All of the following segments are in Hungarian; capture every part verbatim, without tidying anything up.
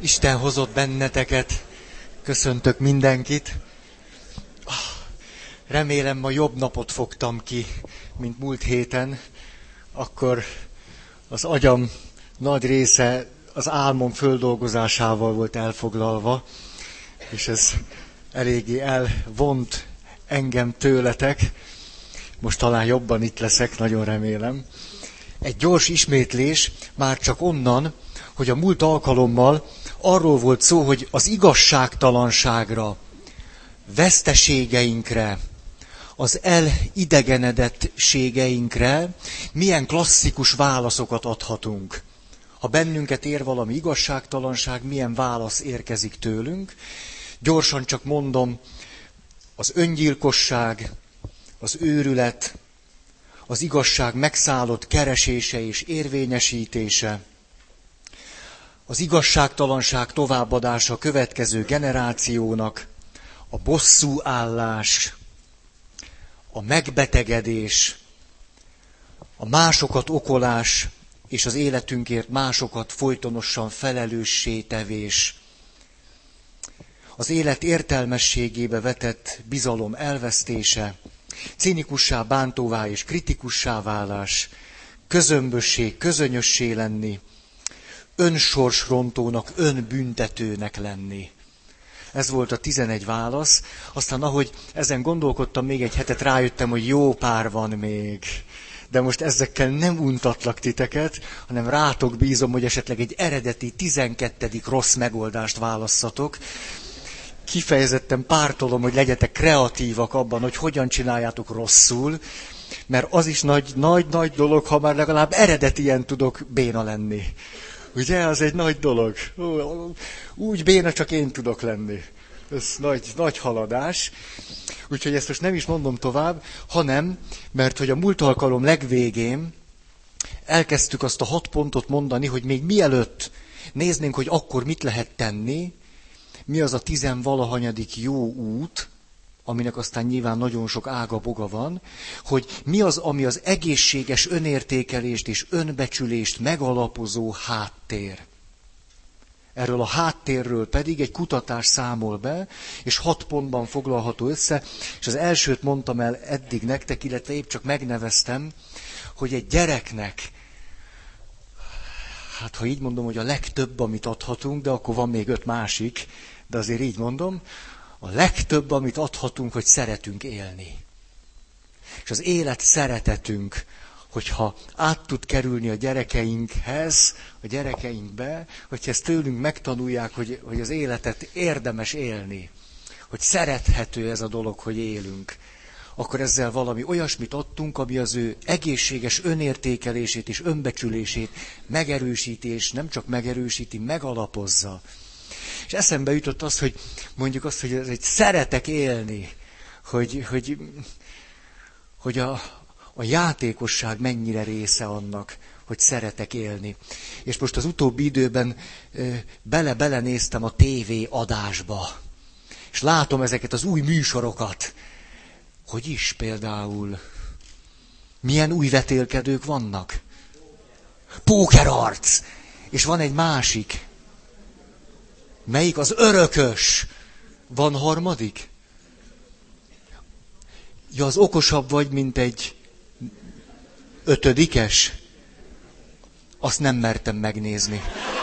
Isten hozott benneteket, köszöntök mindenkit. Remélem, ma jobb napot fogtam ki, mint múlt héten. Akkor az agyam nagy része az álmom földolgozásával volt elfoglalva, és ez eléggé elvont engem tőletek. Most talán jobban itt leszek, nagyon remélem. Egy gyors ismétlés, már csak onnan, hogy a múlt alkalommal arról volt szó, hogy az igazságtalanságra, veszteségeinkre, az elidegenedettségeinkre milyen klasszikus válaszokat adhatunk. Ha bennünket ér valami igazságtalanság, milyen válasz érkezik tőlünk. Gyorsan csak mondom, az öngyilkosság, az őrület, az igazság megszállott keresése és érvényesítése, az igazságtalanság továbbadása a következő generációnak, a bosszúállás, a megbetegedés, a másokat okolás és az életünkért másokat folytonosan felelőssé tevés, az élet értelmességébe vetett bizalom elvesztése, cinikussá, bántóvá és kritikussá válás, közömbössé, közönyössé lenni, önsorsrontónak, önbüntetőnek lenni. Ez volt a tizenegy válasz. Aztán ahogy ezen gondolkodtam, még egy hetet rájöttem, hogy jó pár van még. De most ezekkel nem untatlak titeket, hanem rátok bízom, hogy esetleg egy eredeti tizenkettedik rossz megoldást válasszatok. Kifejezetten pártolom, hogy legyetek kreatívak abban, hogy hogyan csináljátok rosszul, mert az is nagy-nagy dolog, ha már legalább eredetien tudok béna lenni. Ugye, az egy nagy dolog. Úgy béna csak én tudok lenni. Ez nagy, nagy haladás. Úgyhogy ezt most nem is mondom tovább, hanem, mert hogy a múlt alkalom legvégén elkezdtük azt a hat pontot mondani, hogy még mielőtt néznénk, hogy akkor mit lehet tenni, mi az a tizenvalahanyadik jó út, aminek aztán nyilván nagyon sok ága-boga van, hogy mi az, ami az egészséges önértékelést és önbecsülést megalapozó háttér. Erről a háttérről pedig egy kutatás számol be, és hat pontban foglalható össze, és az elsőt mondtam el eddig nektek, illetve épp csak megneveztem, hogy egy gyereknek, hát ha így mondom, hogy a legtöbb, amit adhatunk, de akkor van még öt másik, de azért így mondom, a legtöbb, amit adhatunk, hogy szeretünk élni. És az élet szeretetünk, hogyha át tud kerülni a gyerekeinkhez, a gyerekeinkbe, hogyha ezt tőlünk megtanulják, hogy, hogy az életet érdemes élni, hogy szerethető ez a dolog, hogy élünk, akkor ezzel valami olyasmit adtunk, ami az ő egészséges önértékelését és önbecsülését megerősíti, és nem csak megerősíti, megalapozza. És eszembe jutott az, hogy mondjuk azt, hogy ez egy szeretek élni, hogy, hogy, hogy a, a játékosság mennyire része annak, hogy szeretek élni. És most az utóbbi időben bele-bele néztem a tévé adásba, és látom ezeket az új műsorokat, hogy is például milyen új vetélkedők vannak. Pókerarc! És van egy másik. Melyik? Az örökös. Van harmadik? Ja, az okosabb vagy, mint egy ötödikes? Azt nem mertem megnézni.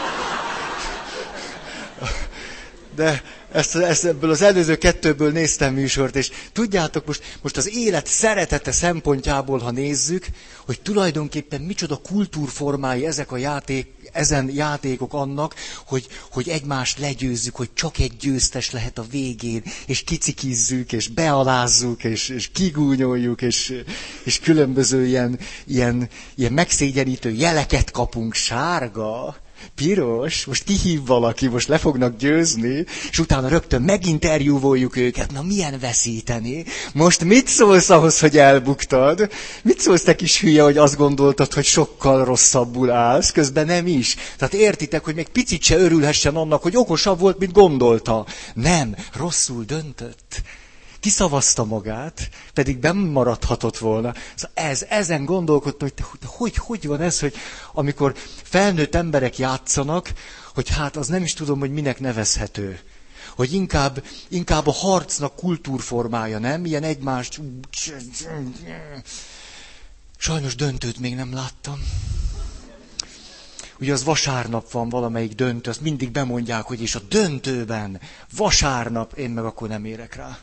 De ezt, ezt ebből az előző kettőből néztem műsort, és tudjátok, most, most az élet szeretete szempontjából, ha nézzük, hogy tulajdonképpen micsoda kultúrformái ezek a játék, ezen játékok annak, hogy, hogy egymást legyőzzük, hogy csak egy győztes lehet a végén, és kicikizzük, és bealázzuk, és, és kigúnyoljuk, és, és különböző ilyen, ilyen, ilyen megszégyenítő jeleket kapunk, sárga, piros, most kihív valaki, most le fognak győzni, és utána rögtön meginterjúvoljuk őket. Na milyen veszíteni? Most mit szólsz ahhoz, hogy elbuktad? Mit szólsz te kis hülye, hogy azt gondoltad, hogy sokkal rosszabbul állsz, közben nem is. Tehát értitek, hogy még picit se örülhessen annak, hogy okosabb volt, mint gondolta. Nem, rosszul döntött. kiszavazta magát, pedig benn maradhatott volna. Szóval ez, ezen gondolkodtam, hogy, hogy, hogy hogy van ez, hogy amikor felnőtt emberek játszanak, hogy hát az nem is tudom, hogy minek nevezhető. Hogy inkább, inkább a harcnak kultúrformája, nem? Ilyen egymást... Sajnos döntőt még nem láttam. Ugye az vasárnap van valamelyik döntő, azt mindig bemondják, hogy és a döntőben, vasárnap, én meg akkor nem érek rá.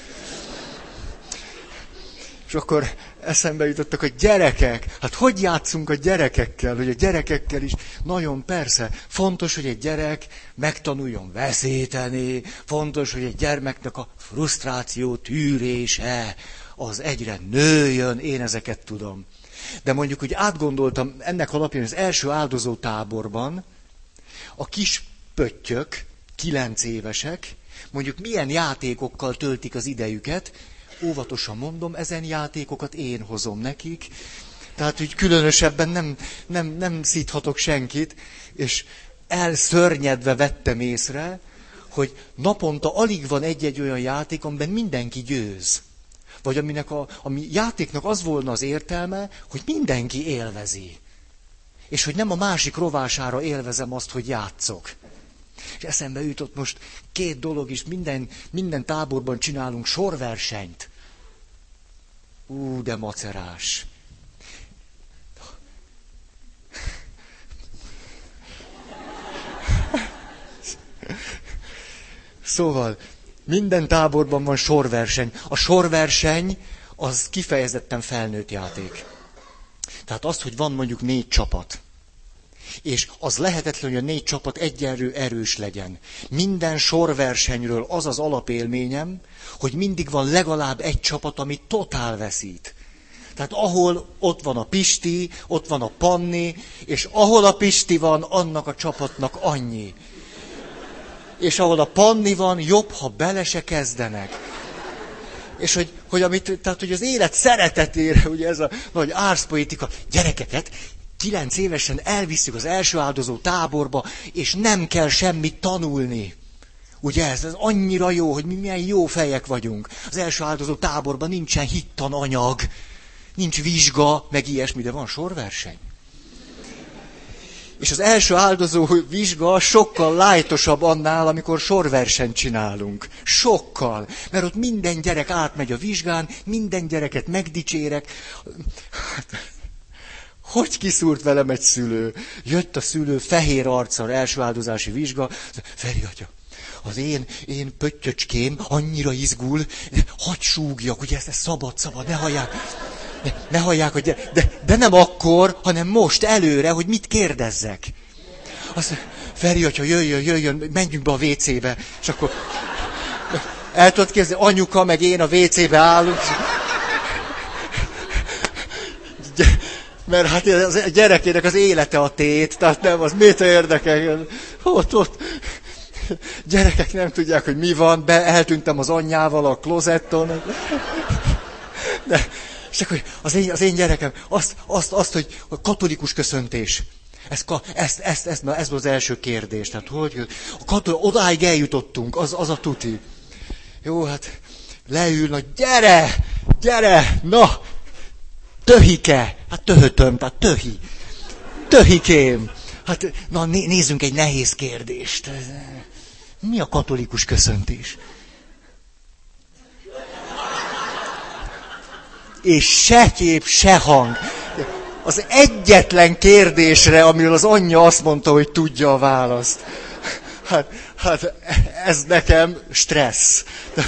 És akkor eszembe jutottak a gyerekek. Hát hogy játszunk a gyerekekkel? Hogy a gyerekekkel is nagyon persze fontos, hogy egy gyerek megtanuljon veszíteni, fontos, hogy egy gyermeknek a frusztráció tűrése az egyre nőjön, én ezeket tudom. De mondjuk, hogy átgondoltam ennek alapján az első áldozó táborban, a kis pöttyök, kilenc évesek, mondjuk milyen játékokkal töltik az idejüket, óvatosan mondom, ezen játékokat én hozom nekik, tehát úgy különösebben nem, nem, nem szíthatok senkit, és elszörnyedve vettem észre, hogy naponta alig van egy-egy olyan játék, amiben mindenki győz. Vagy aminek a, ami játéknak az volna az értelme, hogy mindenki élvezi. És hogy nem a másik rovására élvezem azt, hogy játszok. És eszembe jutott most két dolog is, minden, minden táborban csinálunk sorversenyt. Ú, de macerás. Szóval, minden táborban van sorverseny. A sorverseny az kifejezetten felnőtt játék. Tehát az, hogy van mondjuk négy csapat. És az lehetetlen, hogy a négy csapat egyenlő erős legyen. Minden sorversenyről az az alapélményem, hogy mindig van legalább egy csapat, ami totál veszít. Tehát ahol ott van a Pisti, ott van a Panni, és ahol a Pisti van, annak a csapatnak annyi. És ahol a Panni van, jobb, ha bele se kezdenek. És hogy, hogy, amit, tehát, hogy az élet szeretetére, ugye ez a nagy árszpoetika, gyerekeket kilenc évesen elviszük az első áldozó táborba, és nem kell semmit tanulni. Ugye ez, ez annyira jó, hogy mi milyen jó fejek vagyunk. Az első áldozó táborban nincsen hittan anyag, nincs vizsga, meg ilyesmi, de van sorverseny. És az első áldozó vizsga sokkal lájtosabb annál, amikor sorversenyt csinálunk. Sokkal. Mert ott minden gyerek átmegy a vizsgán, minden gyereket megdicsérek. Hogy kiszúrt velem egy szülő? Jött a szülő fehér arccal, első áldozási vizsga. Feri atya, az én, én pöttyöcském annyira izgul, hadd súgjak, ugye ezt, ezt szabad, szabad, ne hallják. Ne, ne hallják, hogy de, de, de nem akkor, hanem most előre, hogy mit kérdezzek. Azt mondja, Feri atya, jöjjön, jöjjön, menjünk be a vécébe. És akkor el tudod képzelni, anyuka meg én a vécébe állunk. Mert hát a gyerekének az élete a tét, tehát nem, az mit érdekel. Ott, ott. Gyerekek nem tudják, hogy mi van, be eltűntem az anyjával a klozetton. De, és akkor az én, az én gyerekem, azt, azt, azt, hogy a katolikus köszöntés. Ez, ezt, ezt, ezt, na, ez volt az első kérdés. Tehát, hogy a katol, odáig eljutottunk, az, az a tuti. Jó, hát leül, na gyere, gyere, na, töhike, hát töhötöm, tehát töhi. Töhikém. Hát, na nézzünk egy nehéz kérdést. Mi a katolikus köszöntés? És se kép, se hang. Az egyetlen kérdésre, amiről az anyja azt mondta, hogy tudja a választ. Hát, hát ez nekem stressz.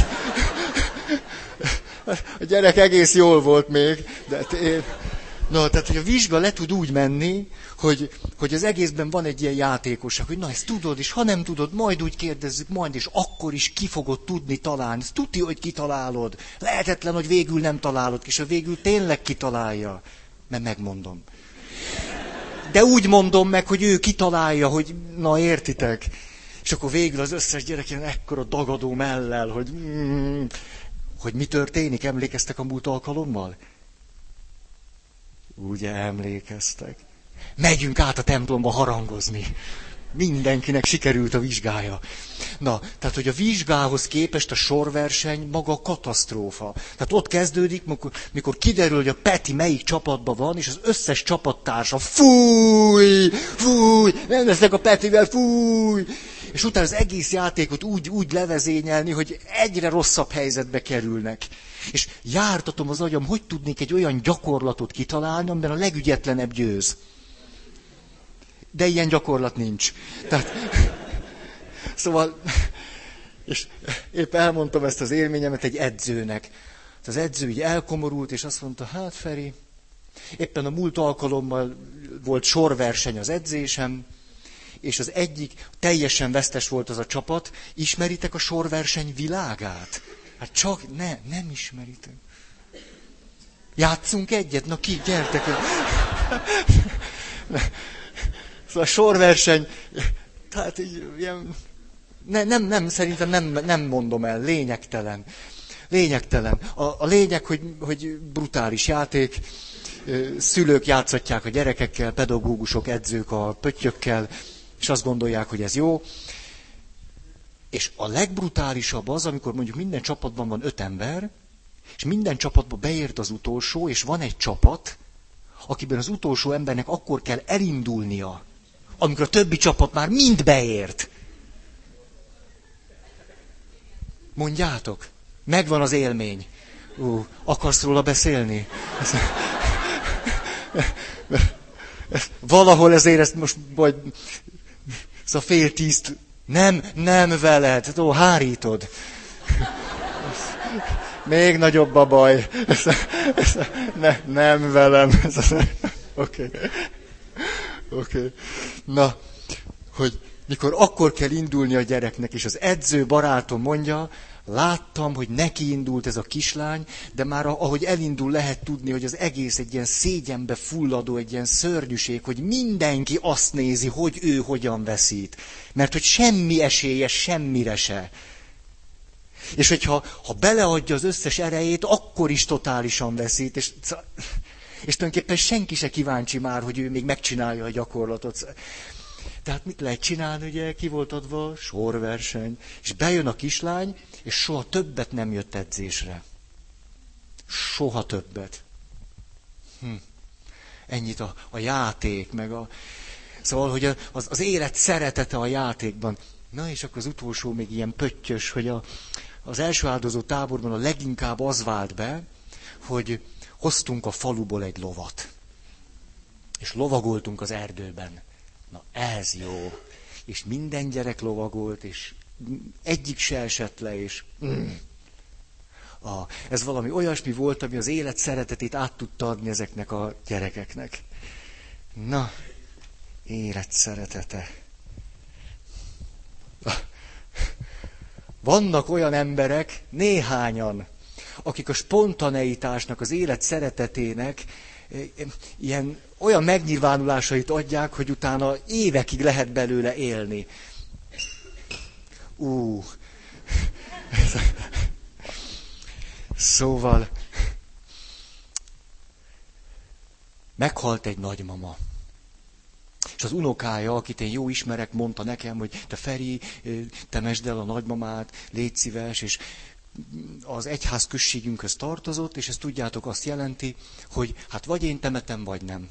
A gyerek egész jól volt még, de én... Na, tehát, hogy a vizsga le tud úgy menni, hogy, hogy az egészben van egy ilyen játékosság, hogy na, ezt tudod, és ha nem tudod, majd úgy kérdezzük, majd, és akkor is ki fogod tudni találni. Ezt tudja, hogy kitalálod. Lehetetlen, hogy végül nem találod, és ha végül tényleg kitalálja, mert megmondom. De úgy mondom meg, hogy ő kitalálja, hogy na, értitek. És akkor végül az összes gyerek ilyen ekkora dagadó mellel, hogy... Mm, hogy mi történik, emlékeztek a múlt alkalommal? Ugye emlékeztek. Megyünk át a templomba harangozni. Mindenkinek sikerült a vizsgája. Na, tehát, hogy a vizsgához képest a sorverseny maga a katasztrófa. Tehát ott kezdődik, mikor, mikor kiderül, hogy a Peti melyik csapatban van, és az összes csapattársa fúj, fúj, nem lesznek a Petivel, fúj. És utána az egész játékot úgy, úgy levezényelni, hogy egyre rosszabb helyzetbe kerülnek. És jártatom az agyam, hogy tudnék egy olyan gyakorlatot kitalálni, amiben a legügyetlenebb győz. De ilyen gyakorlat nincs. Tehát, szóval, és épp elmondtam ezt az élményemet egy edzőnek. Az edző így elkomorult, és azt mondta, hát Feri, éppen a múlt alkalommal volt sorverseny az edzésem, és az egyik, teljesen vesztes volt az a csapat. Ismeritek a sorverseny világát? Hát csak, ne, nem ismeritek. Játszunk egyet? Na ki, gyertek! Szóval a sorverseny, tehát ilyen, ne, nem, nem, szerintem nem, nem mondom el, lényegtelen. Lényegtelen. A, a lényeg, hogy, hogy brutális játék, szülők játszatják a gyerekekkel, pedagógusok, edzők a pöttyökkel, és azt gondolják, hogy ez jó. És a legbrutálisabb az, amikor mondjuk minden csapatban van öt ember, és minden csapatba beért az utolsó, és van egy csapat, akiben az utolsó embernek akkor kell elindulnia, amikor a többi csapat már mind beért. Mondjátok, megvan az élmény. Ú, akarsz róla beszélni? Valahol ezért ezt most majd... Szóval fél tízt... Nem, nem veled. Ó, hárítod. Még nagyobb a baj. Ne, nem velem. Oké. Okay. Oké. Okay. Na, hogy mikor akkor kell indulni a gyereknek, és az edző barátom mondja, láttam, hogy neki indult ez a kislány, de már ahogy elindul, lehet tudni, hogy az egész egy ilyen szégyenbe fulladó, egy ilyen szörnyűség, hogy mindenki azt nézi, hogy ő hogyan veszít. Mert hogy semmi esélye semmire se. És hogyha ha beleadja az összes erejét, akkor is totálisan veszít. És, és tulajdonképpen senki se kíváncsi már, hogy ő még megcsinálja a gyakorlatot. Tehát mit lehet csinálni, ugye, ki volt adva? Sorverseny. És bejön a kislány, és soha többet nem jött edzésre. Soha többet. Hm. Ennyit a, a játék, meg a... Szóval, hogy az, az élet szeretete a játékban. Na, és akkor az utolsó még ilyen pöttyös, hogy a, az első áldozó táborban a leginkább az vált be, hogy hoztunk a faluból egy lovat. És lovagoltunk az erdőben. Na, ez jó. És minden gyerek lovagolt, és egyik se esett le, és... Mm. A, ez valami olyasmi volt, ami az élet szeretetét át tudta adni ezeknek a gyerekeknek. Na, élet szeretete. Vannak olyan emberek, néhányan, akik a spontaneitásnak, az élet szeretetének ilyen olyan megnyilvánulásait adják, hogy utána évekig lehet belőle élni. Ú. Szóval meghalt egy nagymama. És az unokája, akit én jó ismerek, mondta nekem, hogy te Feri, temesd el a nagymamát, légy szíves, és az egyház községünkhöz tartozott, és ezt tudjátok, azt jelenti, hogy hát vagy én temetem, vagy nem.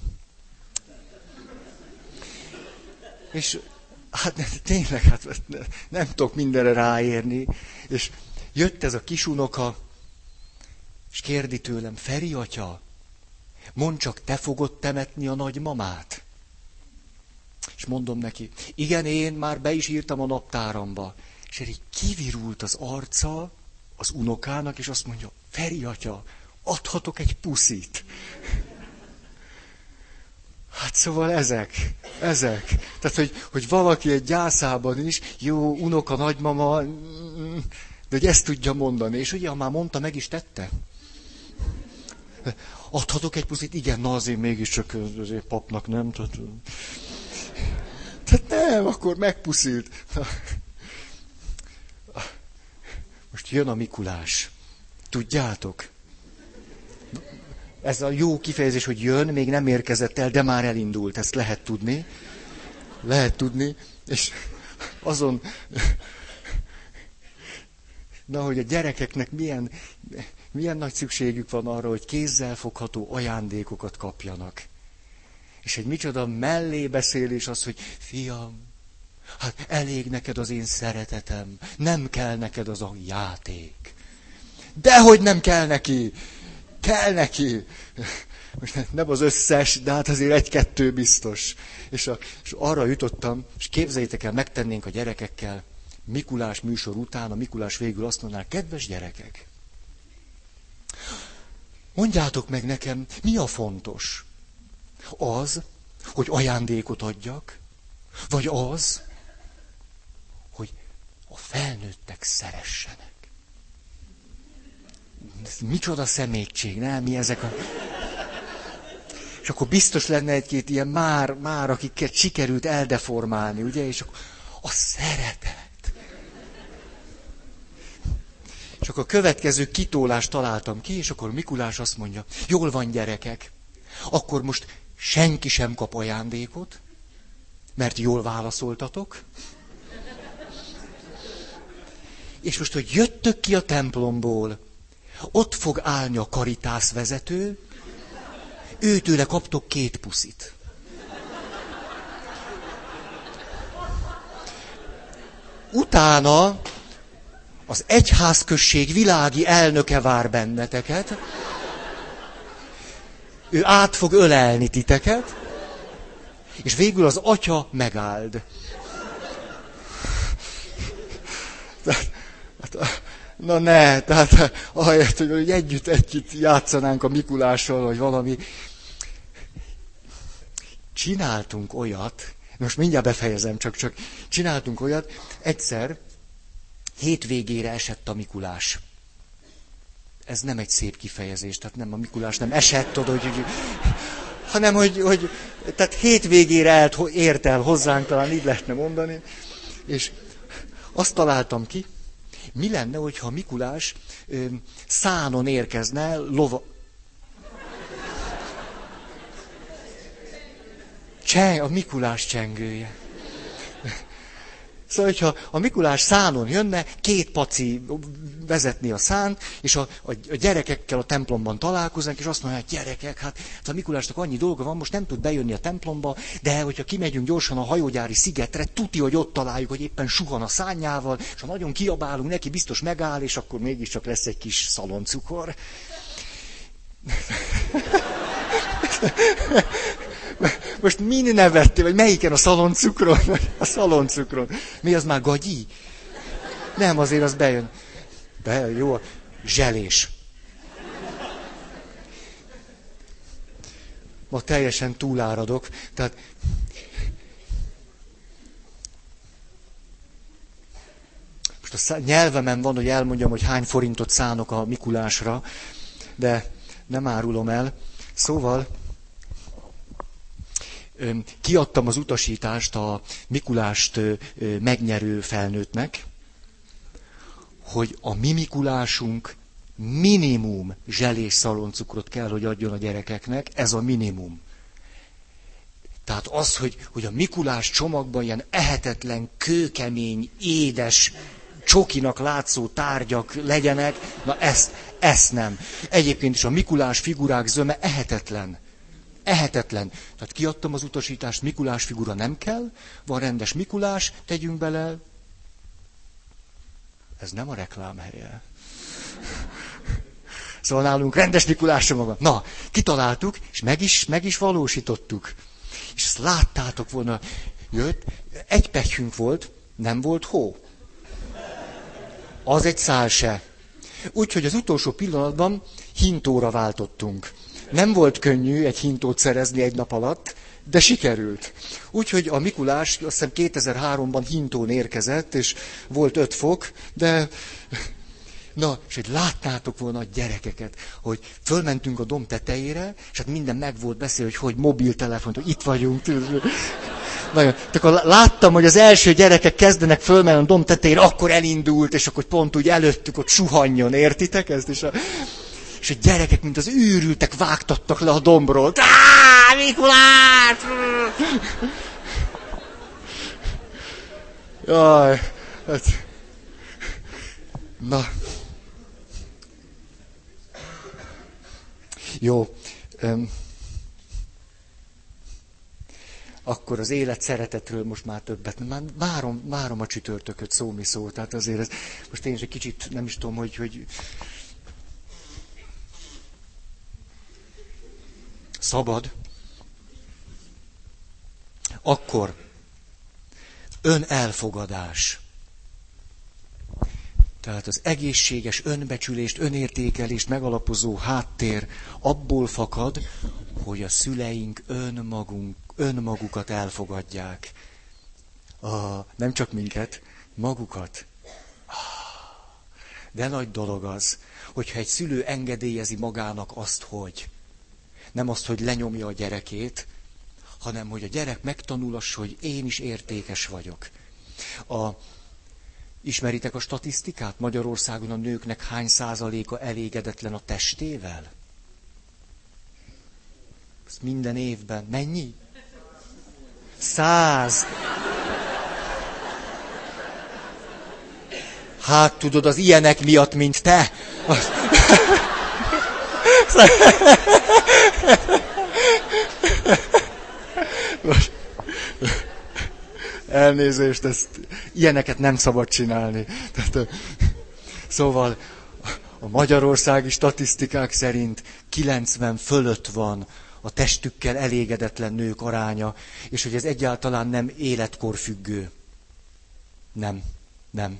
És hát tényleg, hát nem tudok mindenre ráérni. És jött ez a kisunoka, és kérdi tőlem, Feri atya, mondd csak, te fogod temetni a nagymamát? És mondom neki, igen, én már be is írtam a naptáramba. És így kivirult az arca az unokának, és azt mondja, Feri atya, adhatok egy puszit. Hát szóval ezek, ezek. Tehát, hogy, hogy valaki egy gyászában is, jó, unoka, nagymama, de hogy ezt tudja mondani. És ugye, ha már mondta, meg is tette. Adhatok egy puszit? Igen, na azért mégiscsak azért papnak nem. Tehát, tehát nem, akkor megpuszilt. Most jön a Mikulás. Tudjátok? Ez a jó kifejezés, hogy jön, még nem érkezett el, de már elindult. Ezt lehet tudni. Lehet tudni. És azon Na, hogy a gyerekeknek milyen, milyen nagy szükségük van arra, hogy kézzel fogható ajándékokat kapjanak. És egy micsoda mellébeszélés az, hogy fiam, hát elég neked az én szeretetem, nem kell neked az a játék. Dehogy nem kell neki, kell neki. Most nem az összes, de hát azért egy-kettő biztos. És, a, és arra jutottam, és képzeljétek el, megtennénk a gyerekekkel, Mikulás műsor után, a Mikulás végül azt mondaná, kedves gyerekek, mondjátok meg nekem, mi a fontos? Az, hogy ajándékot adjak, vagy az, hogy a felnőttek szeressenek. Micsoda szemétség, nem? Mi ezek a... És akkor biztos lenne egy-két ilyen már, már, akiket sikerült eldeformálni, ugye? És akkor a szeretet. És akkor a következő kitólást találtam ki, és akkor Mikulás azt mondja, jól van gyerekek, akkor most senki sem kap ajándékot, mert jól válaszoltatok. És most, hogy jöttök ki a templomból, ott fog állni a Karitász vezető, őtőle kaptok két puszit. Utána az egyházközség világi elnöke vár benneteket, ő át fog ölelni titeket, és végül az atya megáld. Na ne, tehát ahelyett, hogy együtt együtt játszanánk a Mikulással, vagy valami. Csináltunk olyat, most mindjárt befejezem, csak, csak csináltunk olyat, egyszer hétvégére esett a Mikulás. Ez nem egy szép kifejezés, tehát nem a Mikulás nem esett, tudod, hogy, hogy, hanem hogy, hogy tehát hétvégére ért el hozzánk, talán így lehetne mondani, és azt találtam ki, mi lenne, hogyha a Mikulás ö, szánon érkezne, lova... Cseng, a Mikulás csengője. Szóval, hogyha a Mikulás szánon jönne, két paci vezetni a szánt, és a, a, a gyerekekkel a templomban találkoznak, és azt mondják, gyerekek, hát a Mikulásnak annyi dolga van, most nem tud bejönni a templomba, de hogyha kimegyünk gyorsan a hajógyári szigetre, tuti, hogy ott találjuk, hogy éppen suhan a szárnyával, és ha nagyon kiabálunk neki, biztos megáll, és akkor mégiscsak lesz egy kis szaloncukor. Most min nevettél, vagy melyiken a szaloncukron? A szaloncukron. Mi az már gagyi? Nem, azért az bejön. Be, jó, zselés. Ma teljesen túláradok. Tehát... Most a nyelvemen van, hogy elmondjam, hogy hány forintot szánok a Mikulásra, de nem árulom el. Szóval... kiadtam az utasítást a Mikulást megnyerő felnőttnek, hogy a mi Mikulásunk minimum zselés szaloncukrot kell, hogy adjon a gyerekeknek, ez a minimum. Tehát az, hogy, hogy a Mikulás csomagban ilyen ehetetlen, kőkemény, édes, csokinak látszó tárgyak legyenek, na ezt, ezt nem. Egyébként is a Mikulás figurák zöme ehetetlen. Ehetetlen. Tehát kiadtam az utasítást, Mikulás figura nem kell, van rendes Mikulás, tegyünk bele. Ez nem a reklám helye. Szóval nálunk rendes Mikulásra maga. Na, kitaláltuk, és meg is, meg is valósítottuk. És ezt láttátok volna, jött, egy pehjünk volt, nem volt hó. Az egy szál se. Úgyhogy az utolsó pillanatban hintóra váltottunk. Nem volt könnyű egy hintót szerezni egy nap alatt, de sikerült. Úgyhogy a Mikulás azt hiszem kétezer-háromban hintón érkezett, és volt öt fok, de... Na, és hogy láttátok volna a gyerekeket, hogy fölmentünk a domb tetejére, és hát minden meg volt beszél, hogy hogy mobiltelefont, hogy itt vagyunk. Nagyon. Akkor láttam, hogy az első gyerekek kezdenek fölmenni a domb tetejére, akkor elindult, és akkor pont úgy előttük ott suhanjon, értitek ezt? És a... És a gyerekek, mint az őrültek, vágtattak le a dombról. Áááá, Mikulás! Jaj, hát... Na. Jó. Öm. Akkor az élet szeretetről most már többet. Már várom, várom a csütörtököt, szó mi szó. Tehát azért ez, most én is egy kicsit nem is tudom, hogy, hogy szabad. Akkor önelfogadás. Tehát az egészséges önbecsülést, önértékelést megalapozó háttér abból fakad, hogy a szüleink önmagunk, önmagukat elfogadják. Ah, nem csak minket, magukat. De nagy dolog az, hogyha egy szülő engedélyezi magának azt, hogy nem azt, hogy lenyomja a gyerekét, hanem hogy a gyerek megtanulassa, hogy én is értékes vagyok. A, ismeritek a statisztikát? Magyarországon a nőknek hány százaléka elégedetlen a testével? Ez minden évben. Mennyi? Száz. Hát tudod, az ilyenek miatt, mint te. Most, elnézést, ezt, ilyeneket nem szabad csinálni. Tehát, szóval a magyarországi statisztikák szerint kilencven fölött van a testükkel elégedetlen nők aránya, és hogy ez egyáltalán nem életkor függő. Nem, nem.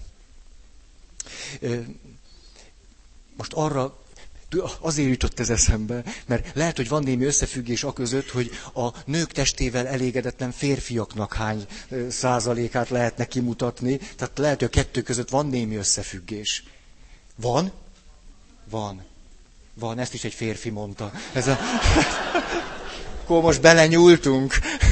Most arra azért jutott ez eszembe, mert lehet, hogy van némi összefüggés aközött, hogy a nők testével elégedetlen férfiaknak hány százalékát lehetne kimutatni, tehát lehet, hogy a kettő között van némi összefüggés. Van? Van. Van, ezt is egy férfi mondta. Ez a... Akkor most belenyúltunk.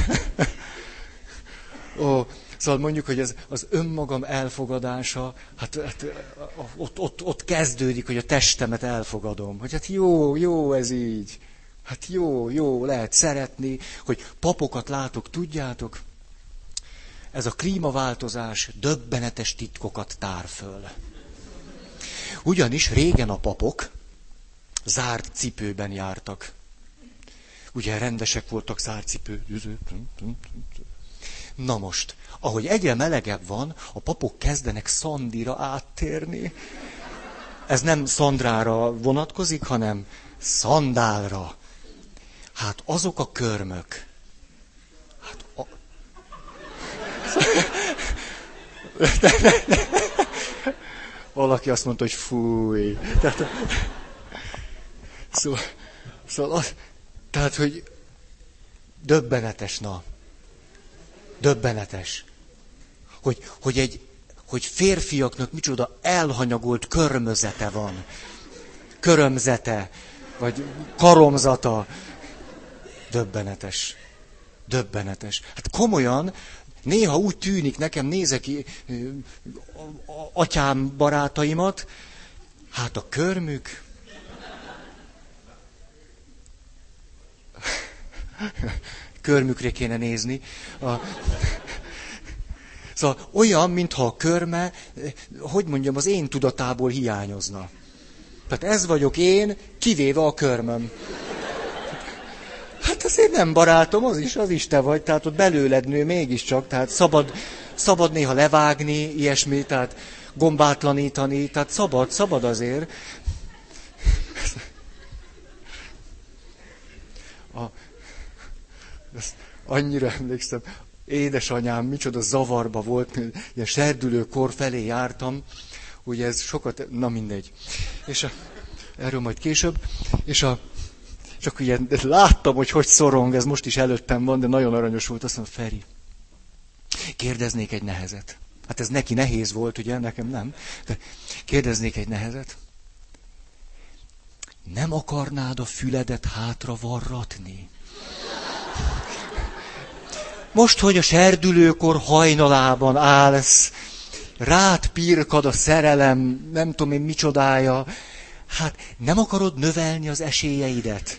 Ó, szóval mondjuk, hogy ez az önmagam elfogadása, hát, hát ott, ott, ott kezdődik, hogy a testemet elfogadom. Hogy hát jó, jó ez így. Hát jó, jó, lehet szeretni, hogy papokat látok, tudjátok, ez a klímaváltozás döbbenetes titkokat tár föl. Ugyanis régen a papok zárt cipőben jártak. Ugye rendesek voltak, zárt cipő. Na most, ahogy egyre melegebb van, a papok kezdenek szandira áttérni. Ez nem szandrára vonatkozik, hanem szandálra. Hát azok a körmök. Hát a... Valaki azt mondta, hogy fúj. Tehát, szóval, szóval az, tehát, hogy döbbenetes, na. Döbbenetes. Hogy, hogy, egy, hogy férfiaknak micsoda elhanyagolt körmözete van. Körömzete, vagy karomzata. Döbbenetes. Döbbenetes. Hát komolyan, néha úgy tűnik nekem, nézek atyám barátaimat, hát a körmük... Körmükre kéne nézni. A... Szóval olyan, mintha a körme, hogy mondjam, az én tudatából hiányozna. Tehát ez vagyok én, kivéve a körmöm. Hát azért nem barátom, az is, az is te vagy, tehát ott belőled nő mégiscsak, tehát szabad, szabad néha levágni, ilyesmi, tehát gombátlanítani, tehát szabad, szabad azért. A... Ezt annyira emlékszem, édesanyám micsoda zavarba volt, ilyen serdülő kor felé jártam, ugye ez sokat, na mindegy. És a, erről majd később, és a, csak ilyen láttam, hogy hogy szorong, ez most is előttem van, de nagyon aranyos volt, azt mondom, Feri, kérdeznék egy nehezet. Hát ez neki nehéz volt, ugye, nekem nem. De kérdeznék egy nehezet. Nem akarnád a füledet hátra varratni? Most, hogy a serdülőkor hajnalában állsz, rád pirkad a szerelem, nem tudom én micsodája, hát nem akarod növelni az esélyeidet?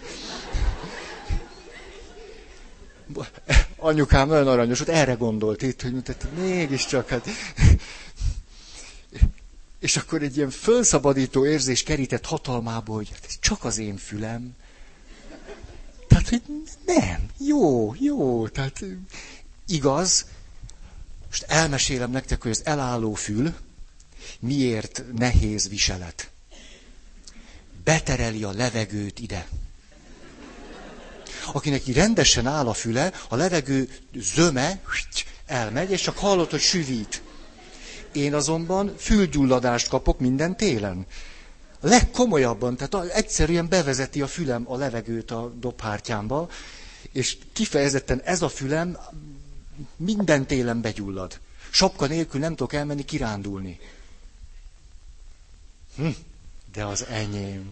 Anyukám nagyon aranyos, ott erre gondolt itt, hogy tehát mégiscsak, hát... És akkor egy ilyen fölszabadító érzés kerített hatalmába, hogy hát ez csak az én fülem. Tehát, hogy nem, jó, jó, tehát igaz. Most elmesélem nektek, hogy az elálló fül miért nehéz viselet. Betereli a levegőt ide. Akinek így rendesen áll a füle, a levegő zöme elmegy, és csak hallod, hogy süvít. Én azonban fülgyulladást kapok minden télen. A legkomolyabban, tehát egyszerűen bevezeti a fülem a levegőt a dobhártyámba, és kifejezetten ez a fülem minden télen begyullad. Sapka nélkül nem tudok elmenni kirándulni. Hm, de az enyém.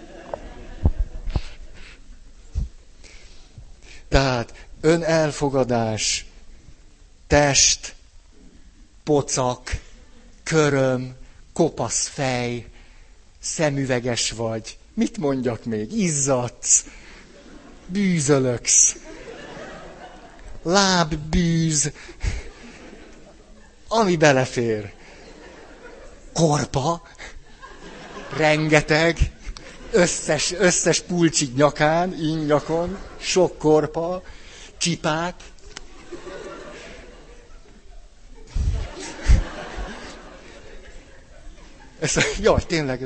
Tehát önelfogadás, test, pocak, köröm, kopasz fej, szemüveges vagy. Mit mondjak még? Izzadsz, bűzölöksz, lábbűz, ami belefér. Korpa, rengeteg, összes, összes pulcsik nyakán, innyakon, sok korpa, csipák. Ez, jaj, tényleg. Ez,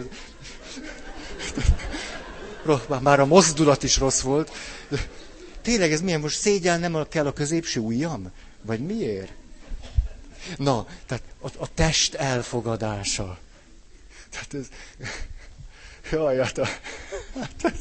már a mozdulat is rossz volt. Tényleg ez milyen, most szégyel nem kell a középső ujjam? Vagy miért? Na, tehát a, a test elfogadása. Tehát ez... Jaj, hát, a, hát ez...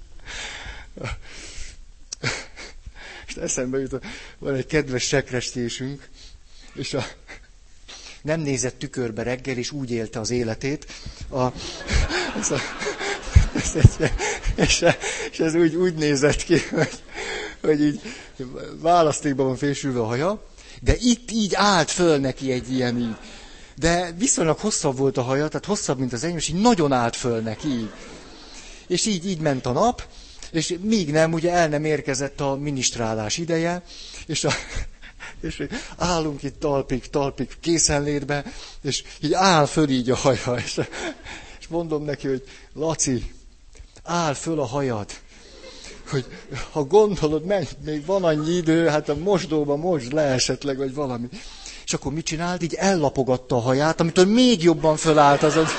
És eszembe jutott, van egy kedves sekrestésünk, és a... nem nézett tükörbe reggel, és úgy élte az életét. A... Ez a... Ez egy... és, és ez úgy, úgy nézett ki, hogy, hogy így választékban van fésülve a haja, de itt így állt föl neki egy ilyen így. De viszonylag hosszabb volt a haja, tehát hosszabb, mint az enyém, és így nagyon állt föl neki így. És így, így ment a nap, és míg nem, ugye el nem érkezett a minisztrálás ideje, és, a, és állunk itt talpig, talpig készenlétbe, és így áll föl így a haja, és, és mondom neki, hogy Laci, áll föl a hajad, hogy ha gondolod, menj, még van annyi idő, hát a mosdóba mosd le esetleg, vagy valami. És akkor mit csinált? Így ellapogatta a haját, amitől még jobban fölállt az az...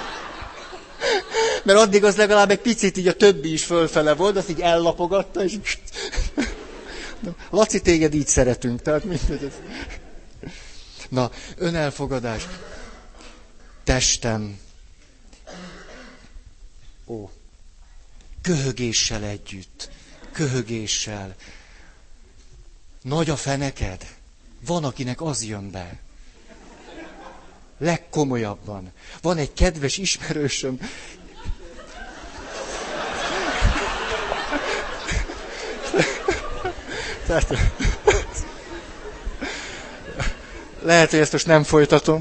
Mert addig az legalább egy picit így a többi is fölfele volt, azt így ellapogatta, és... Laci, téged így szeretünk, tehát mindegy. Na, önelfogadás. Testem. Ó. Köhögéssel együtt. Köhögéssel. Nagy a feneked. Van, akinek az jön be. Legkomolyabban. Van egy kedves ismerősöm. Tehát, lehet, hogy ezt most nem folytatom.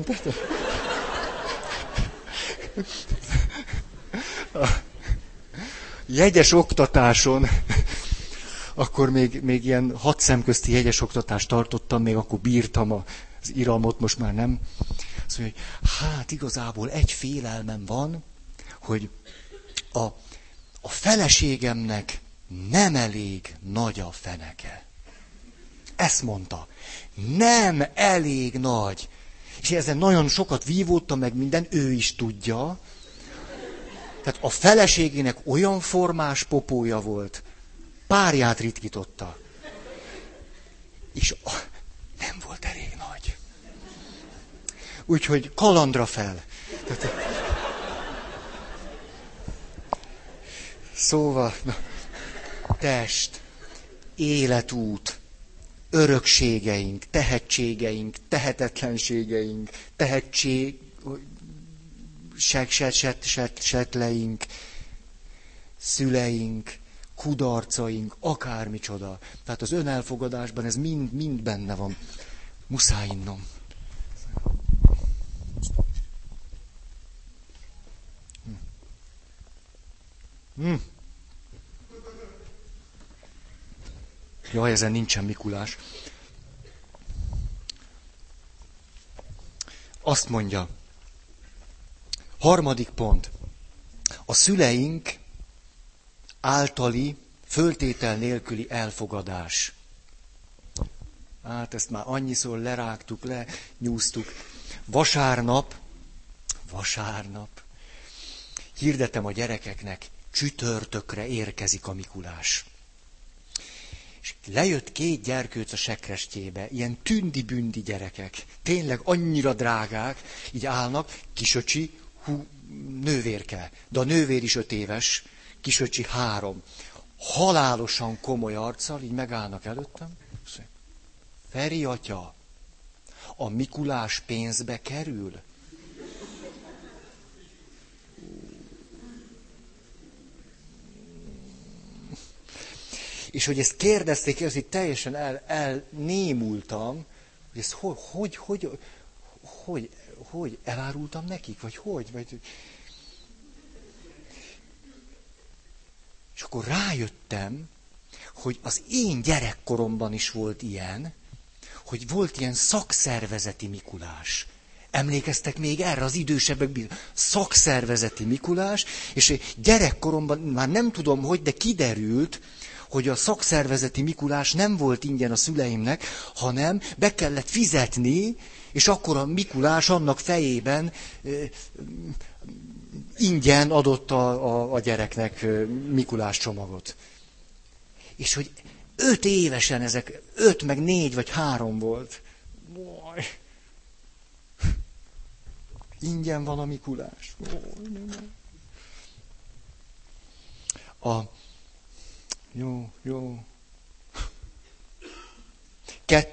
A jegyes oktatáson, akkor még, még ilyen hat szemközti jegyes oktatást tartottam, még akkor bírtam az iramot, most már nem. Azt mondja, hogy hát igazából egy félelmem van, hogy a, a feleségemnek nem elég nagy a feneke. Ezt mondta. Nem elég nagy. És ezen nagyon sokat vívódtam meg minden, ő is tudja. Tehát a feleségének olyan formás popója volt, párját ritkította. És a, nem volt elég nagy. Úgyhogy kalandra fel. Tehát, szóval, na, test, életút, örökségeink, tehetségeink, tehetetlenségeink, tehetség, set, set, set, set, setleink, szüleink, kudarcaink, akármicsoda. Tehát az önelfogadásban ez mind, mind benne van. Muszáj innom. Hm. Jaj, ezen nincsen Mikulás. Azt mondja, Harmadik pont. A szüleink általi föltétel nélküli elfogadás. Hát ezt már annyiszor lerágtuk, lenyúztuk. Vasárnap, vasárnap, hirdetem a gyerekeknek, csütörtökre érkezik a Mikulás. És lejött két gyerkőc a sekrestjébe, ilyen tündi-bündi gyerekek, tényleg annyira drágák, így állnak, kisöcsi, hú, nővérke, de a nővér is öt éves, kisöcsi három. Halálosan komoly arccal, így megállnak előttem. Feri atya, a Mikulás pénzbe kerül? És hogy ezt kérdezték, az itt teljesen el, elnémultam, hogy ezt hogy, hogy, hogy, hogy, hogy elárultam nekik, vagy hogy, vagy... És akkor rájöttem, hogy az én gyerekkoromban is volt ilyen, hogy volt ilyen szakszervezeti Mikulás. Emlékeztek még erre az idősebbek? Szakszervezeti Mikulás, és gyerekkoromban már nem tudom hogy, de kiderült, hogy a szakszervezeti Mikulás nem volt ingyen a szüleimnek, hanem be kellett fizetni, és akkor a Mikulás annak fejében ingyen adott a, a, a gyereknek Mikulás csomagot. És hogy öt évesen ezek, öt meg négy vagy három volt. Ingyen van a Mikulás. A... Jó, jó. Kett...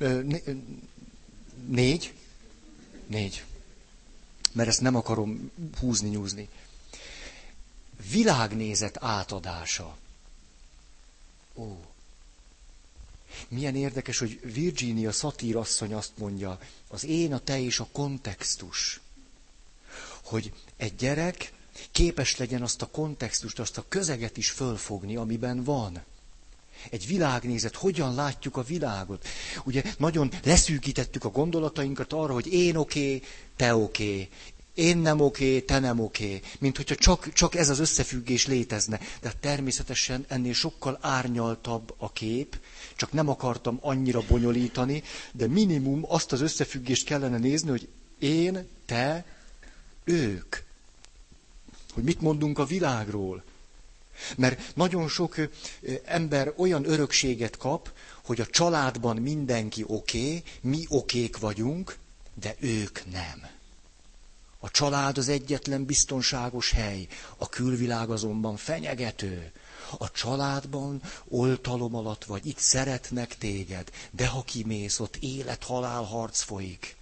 Négy? Négy. Mert ezt nem akarom húzni, nyúzni. Világnézet átadása. Ó. Milyen érdekes, hogy Virginia Satir asszony azt mondja, az én, a te és a kontextus. Hogy egy gyerek képes legyen azt a kontextust, azt a közeget is fölfogni, amiben van. Egy világnézet, hogyan látjuk a világot. Ugye nagyon leszűkítettük a gondolatainkat arra, hogy én oké, te oké, én nem oké, te nem oké, mint hogyha csak, csak ez az összefüggés létezne. De természetesen ennél sokkal árnyaltabb a kép, csak nem akartam annyira bonyolítani, de minimum azt az összefüggést kellene nézni, hogy én, te, ők. Hogy mit mondunk a világról. Mert nagyon sok ember olyan örökséget kap, hogy a családban mindenki oké, mi okék vagyunk, de ők nem. A család az egyetlen biztonságos hely, a külvilág azonban fenyegető. A családban oltalom alatt vagy, itt szeretnek téged, de ha kimész, ott élet-halál harc folyik.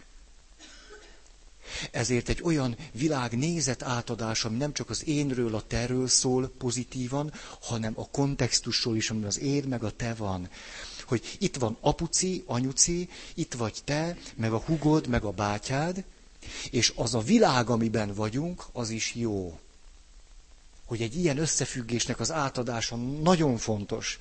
Ezért egy olyan világnézet átadás, ami nem csak az énről, a terről szól pozitívan, hanem a kontextusról is, ami az én meg a te van. Hogy itt van apuci, anyuci, itt vagy te, meg a hugod, meg a bátyád, és az a világ, amiben vagyunk, az is jó. Hogy egy ilyen összefüggésnek az átadása nagyon fontos.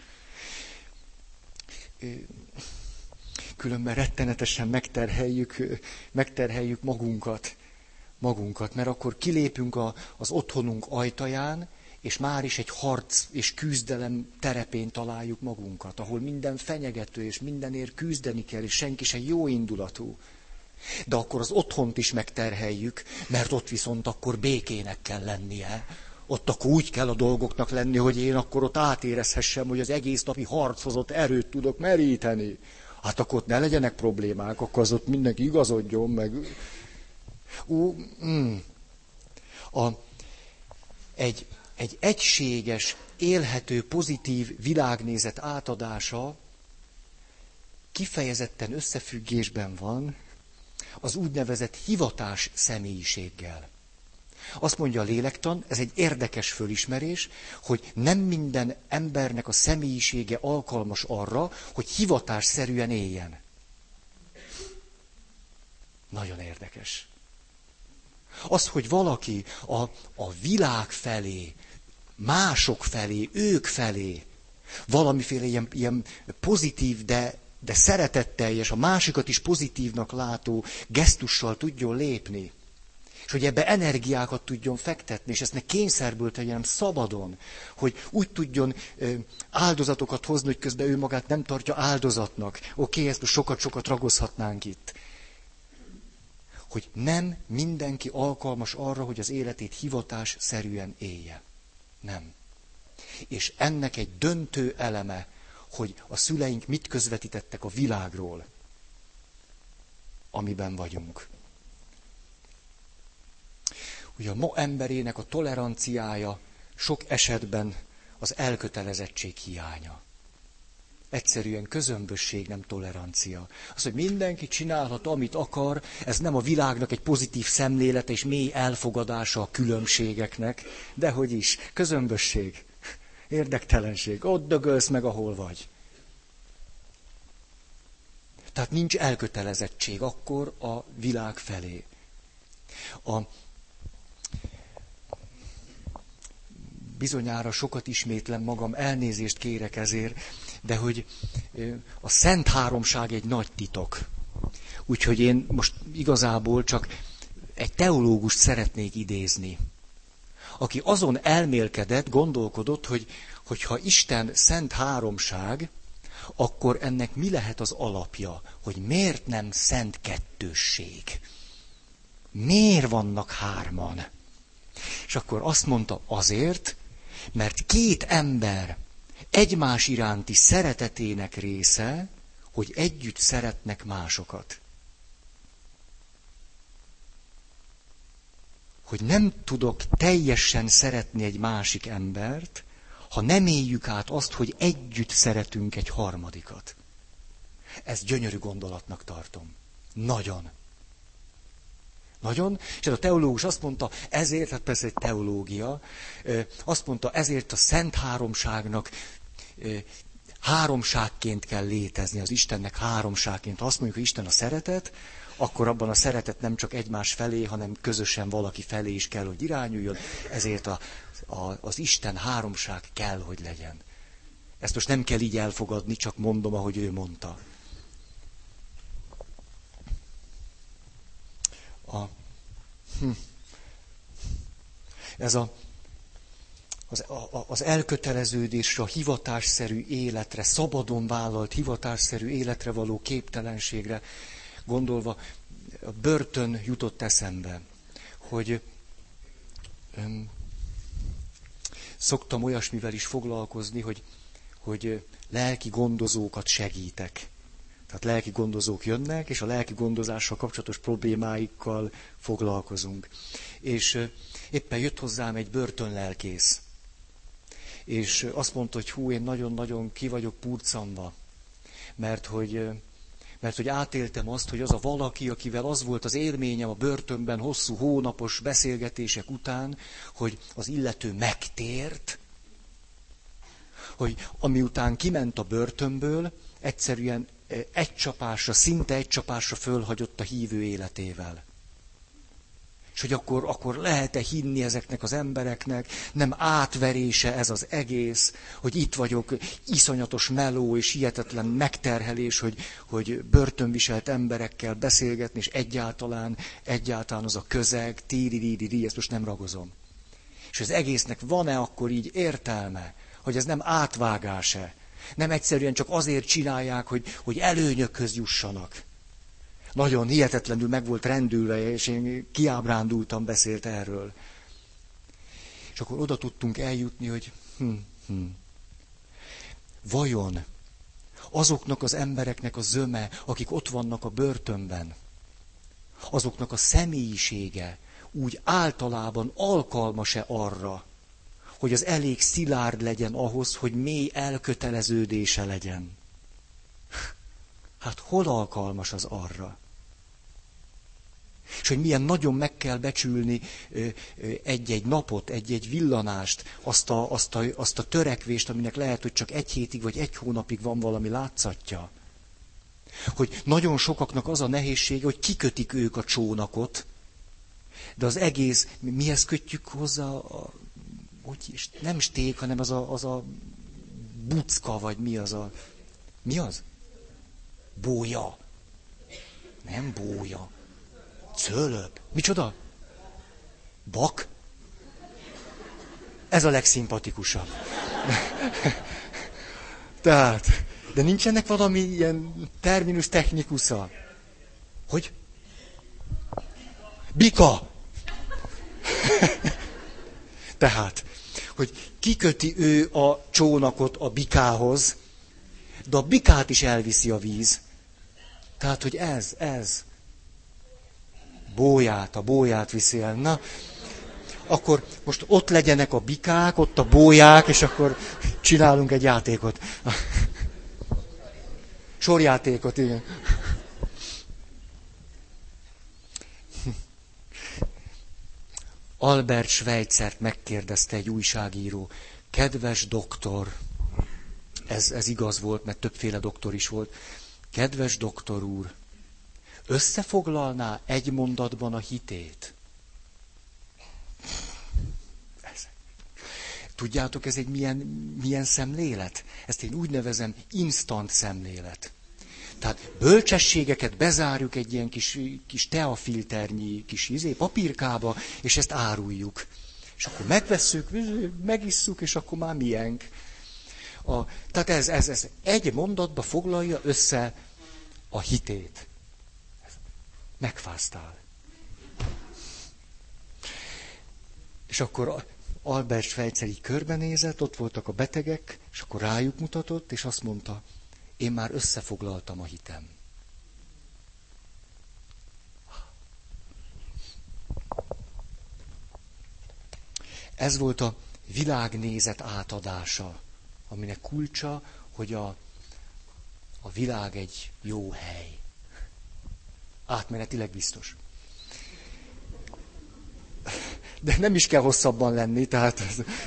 Különben rettenetesen megterheljük, megterheljük magunkat, magunkat, mert akkor kilépünk a, az otthonunk ajtaján, és már is egy harc és küzdelem terepén találjuk magunkat, ahol minden fenyegető, és mindenért küzdeni kell, és senki sem jó indulatú. De akkor az otthont is megterheljük, mert ott viszont akkor békének kell lennie. Ott akkor úgy kell a dolgoknak lenni, hogy én akkor ott átérezhessem, hogy az egész napi harchoz erőt tudok meríteni. Hát akkor ott ne legyenek problémák, akkor az ott mindenki igazodjon, meg... Ú, mm. a, egy, egy egységes, élhető, pozitív világnézet átadása kifejezetten összefüggésben van az úgynevezett hivatás személyiséggel. Azt mondja a lélektan, ez egy érdekes fölismerés, hogy nem minden embernek a személyisége alkalmas arra, hogy hivatásszerűen éljen. Nagyon érdekes. Az, hogy valaki a, a világ felé, mások felé, ők felé valamiféle ilyen, ilyen pozitív, de, de szeretetteljes, a másikat is pozitívnak látó gesztussal tudjon lépni. És hogy ebbe energiákat tudjon fektetni, és ezt ne kényszerből tegyen, hanem szabadon. Hogy úgy tudjon ö, áldozatokat hozni, hogy közben ő magát nem tartja áldozatnak. Oké, okay, ezt most sokat-sokat ragozhatnánk itt. Hogy nem mindenki alkalmas arra, hogy az életét hivatásszerűen élje. Nem. És ennek egy döntő eleme, hogy a szüleink mit közvetítettek a világról, amiben vagyunk. Ugye a ma emberének a toleranciája sok esetben az elkötelezettség hiánya. Egyszerűen közömbösség, nem tolerancia. Az, hogy mindenki csinálhat, amit akar, ez nem a világnak egy pozitív szemlélete és mély elfogadása a különbségeknek, dehogy is, közömbösség, érdektelenség, ott dögölsz meg, ahol vagy. Tehát nincs elkötelezettség akkor a világ felé. A bizonyára sokat ismétlem magam, elnézést kérek ezért, de hogy a Szent Háromság egy nagy titok. Úgyhogy én most igazából csak egy teológust szeretnék idézni, aki azon elmélkedett, gondolkodott, hogy hogyha Isten Szent Háromság, akkor ennek mi lehet az alapja, hogy miért nem szent kettősség? Miért vannak hárman? És akkor azt mondta, azért, mert két ember egymás iránti szeretetének része, hogy együtt szeretnek másokat. Hogy nem tudok teljesen szeretni egy másik embert, ha nem éljük át azt, hogy együtt szeretünk egy harmadikat. Ezt gyönyörű gondolatnak tartom. Nagyon. Nagyon. És ez a teológus azt mondta, ezért, hát persze egy teológia, azt mondta, ezért a Szent Háromságnak háromságként kell létezni, az Istennek háromságként. Ha azt mondjuk, hogy Isten a szeretet, akkor abban a szeretet nem csak egymás felé, hanem közösen valaki felé is kell, hogy irányuljon. Ezért a, a, az Isten háromság kell, hogy legyen. Ezt most nem kell így elfogadni, csak mondom, ahogy ő mondta. A, hm, ez a, az, a, az elköteleződésre, a hivatásszerű életre, szabadon vállalt hivatásszerű életre való képtelenségre gondolva, a börtön jutott eszembe, hogy öm, szoktam olyasmivel is foglalkozni, hogy, hogy lelki gondozókat segítek. Tehát lelki gondozók jönnek, és a lelki gondozással kapcsolatos problémáikkal foglalkozunk. És éppen jött hozzám egy börtönlelkész. És azt mondta, hogy hú, én nagyon-nagyon ki vagyok purcanva, mert hogy, mert hogy átéltem azt, hogy az a valaki, akivel az volt az élményem a börtönben hosszú hónapos beszélgetések után, hogy az illető megtért, hogy amiután kiment a börtönből, egyszerűen egy csapásra, szinte egy csapásra fölhagyott a hívő életével. És hogy akkor, akkor lehet-e hinni ezeknek az embereknek, nem átverése ez az egész, hogy itt vagyok, iszonyatos meló és hihetetlen megterhelés, hogy, hogy börtönviselt emberekkel beszélgetni, és egyáltalán, egyáltalán az a közeg, tíri-ri-ri-ri, ezt most nem ragozom. És az egésznek van-e akkor így értelme, hogy ez nem átvágás-e? Nem egyszerűen csak azért csinálják, hogy, hogy előnyökhöz jussanak. Nagyon hihetetlenül meg volt rendülve, és én kiábrándultam, beszélt erről. És akkor oda tudtunk eljutni, hogy hm, hm. vajon azoknak az embereknek a zöme, akik ott vannak a börtönben, azoknak a személyisége úgy általában alkalmas-e arra, hogy az elég szilárd legyen ahhoz, hogy mély elköteleződése legyen. Hát hol alkalmas az arra? És hogy milyen nagyon meg kell becsülni egy-egy napot, egy-egy villanást, azt a, azt, a, azt a törekvést, aminek lehet, hogy csak egy hétig vagy egy hónapig van valami látszatja. Hogy nagyon sokaknak az a nehézsége, hogy kikötik ők a csónakot, de az egész, mihez kötjük hozzá a Úgy is, nem sték, hanem az a, az a bucka, vagy mi az a... Mi az? Bója. Nem bója. Cölöp. Micsoda? Bak? Ez a legszimpatikusabb. Tehát, de nincsenek valami ilyen terminus technikusza? Hogy? Bika! Tehát, hogy kiköti ő a csónakot a bikához, de a bikát is elviszi a víz. Tehát, hogy ez, ez. Bóját, a bóját viszi el. Na, akkor most ott legyenek a bikák, ott a bóják, és akkor csinálunk egy játékot. Sorjátékot, igen. Albert Schweitzert megkérdezte egy újságíró. Kedves doktor, ez, ez igaz volt, mert többféle doktor is volt. Kedves doktor úr, összefoglalná egy mondatban a hitét? Ez. Tudjátok, ez egy milyen, milyen szemlélet? Ezt én úgy nevezem instant szemlélet. Tehát bölcsességeket bezárjuk egy ilyen kis, kis teafilternyi kis izé, papírkába, és ezt áruljuk. És akkor megvesszük, megisszuk, és akkor már miénk. A, tehát ez, ez, ez egy mondatba foglalja össze a hitét. Megfáztál. És akkor Albert Schweitzer így körbenézett, ott voltak a betegek, és akkor rájuk mutatott, és azt mondta, én már összefoglaltam a hitem. Ez volt a világnézet átadása, aminek kulcsa, hogy a, a világ egy jó hely. Átmenetileg biztos. De nem is kell hosszabban lenni, tehát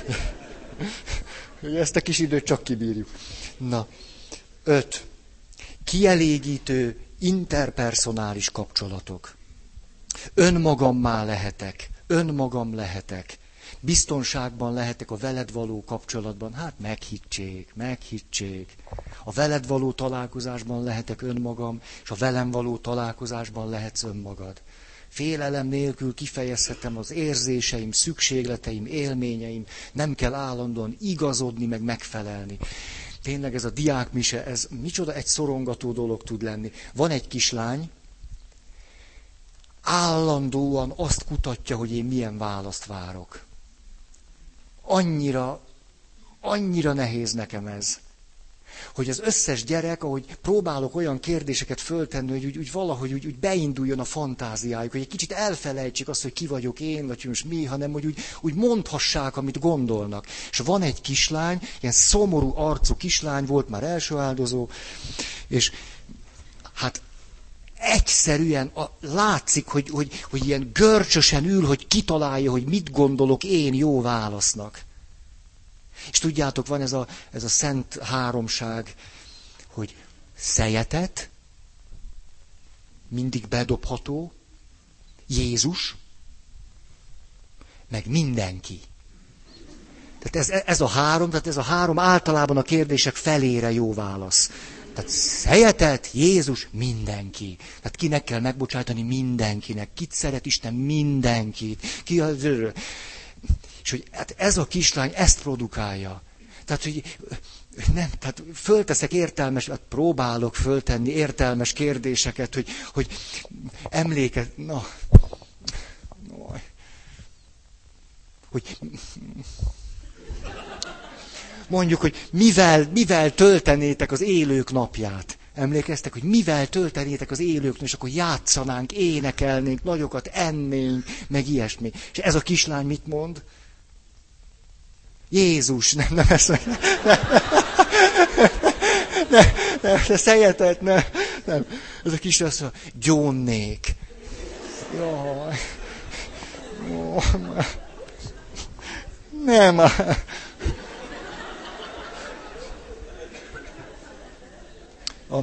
ezt a kis időt csak kibírjuk. Na, öt. Kielégítő interpersonális kapcsolatok. Önmagammá lehetek, önmagam lehetek. Biztonságban lehetek a veled való kapcsolatban. Hát meghittség, meghittség. A veled való találkozásban lehetek önmagam, és a velem való találkozásban lehetsz önmagad. Félelem nélkül kifejezhetem az érzéseim, szükségleteim, élményeim. Nem kell állandóan igazodni, meg megfelelni. Tényleg ez a diákmise, ez micsoda egy szorongató dolog tud lenni. Van egy kislány, állandóan azt kutatja, hogy én milyen választ várok. Annyira, annyira nehéz nekem ez. Hogy az összes gyerek, ahogy próbálok olyan kérdéseket föltenni, hogy úgy, úgy valahogy úgy, úgy beinduljon a fantáziájuk, hogy egy kicsit elfelejtsék azt, hogy ki vagyok én, vagy most mi, hanem hogy úgy, úgy mondhassák, amit gondolnak. És van egy kislány, ilyen szomorú arcú kislány, volt már első áldozó, és hát egyszerűen a, látszik, hogy, hogy, hogy ilyen görcsösen ül, hogy kitalálja, hogy mit gondolok én jó válasznak. És tudjátok, van ez a, ez a szent háromság, hogy szejetet, mindig bedobható, Jézus, meg mindenki. Tehát ez, ez a három, tehát ez a három általában a kérdések felére jó válasz. Tehát szejetet, Jézus, mindenki. Tehát kinek kell megbocsájtani? Mindenkinek. Kit szeret Isten? Mindenkit. Ki az... És hogy hát ez a kislány ezt produkálja. Tehát, hogy nem, tehát fölteszek értelmes, hát próbálok föltenni értelmes kérdéseket, hogy, hogy emléke, na, hogy mondjuk, hogy mivel, mivel töltenétek az élők napját. Emlékeztek, hogy mivel töltenétek az élők, és akkor játszanánk, énekelnénk, nagyokat ennénk, meg ilyesmi. És ez a kislány mit mond? Jézus, nem, nem ezt nem, nem, nem, nem, nem szejetet, nem, nem. Ez a kislány azt mondja, gyónnék. Jaj. Nem. A...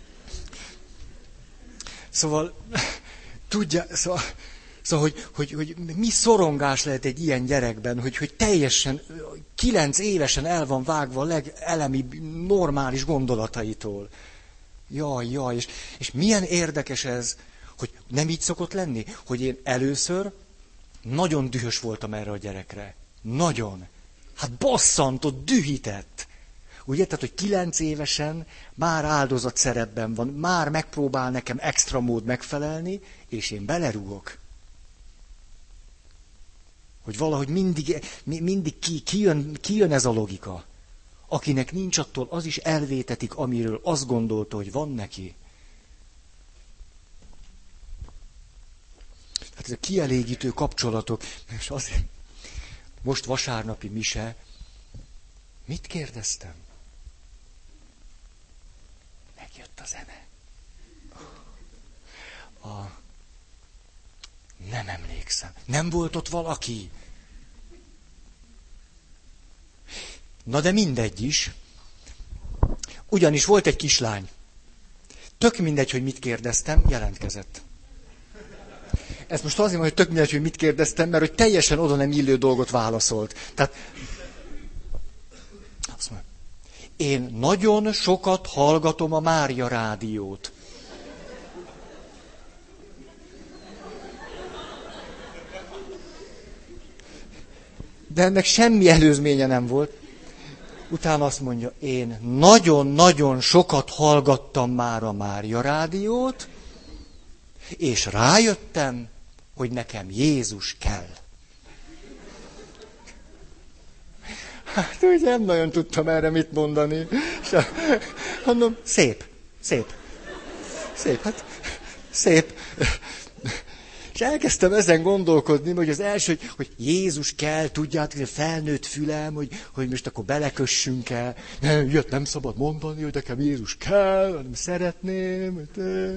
Szóval, tudja, szóval, szóval hogy, hogy, hogy mi szorongás lehet egy ilyen gyerekben, hogy, hogy teljesen, kilenc évesen el van vágva a legelemi, normális gondolataitól. Jaj, jaj, és, és milyen érdekes ez, hogy nem így szokott lenni, hogy én először Nagyon dühös voltam erre a gyerekre. Nagyon. Hát bosszantott, dühített. Ugye, tehát, hogy kilenc évesen már áldozat szerepben van, már megpróbál nekem extra mód megfelelni, és én belerúgok. Hogy valahogy mindig, mindig ki, kijön, kijön ez a logika. Akinek nincs, attól az is elvétetik, amiről azt gondolta, hogy van neki. Hát ez a kielégítő kapcsolatok, és azért, most vasárnapi mise, mit kérdeztem? Megjött a zene. A... Nem emlékszem. Nem volt ott valaki? Na de mindegy is. Ugyanis volt egy kislány. Tök mindegy, hogy mit kérdeztem, jelentkezett. Ez most azért mondom, hogy tök mindegy, hogy mit kérdeztem, mert hogy teljesen oda nem illő dolgot válaszolt. Tehát azt mondja, én nagyon sokat hallgatom a Mária rádiót. De ennek semmi előzménye nem volt. Utána azt mondja, én nagyon-nagyon sokat hallgattam már a Mária rádiót, és rájöttem, hogy nekem Jézus kell. Hát úgy nem nagyon tudtam erre mit mondani. És mondom, szép, szép, szép, hát szép. És elkezdtem ezen gondolkodni, hogy az első, hogy, hogy Jézus kell, tudjátok, hogy felnőtt fülem, hogy, hogy most akkor belekössünk el. Nem, ilyet nem szabad mondani, hogy nekem Jézus kell, hanem szeretném.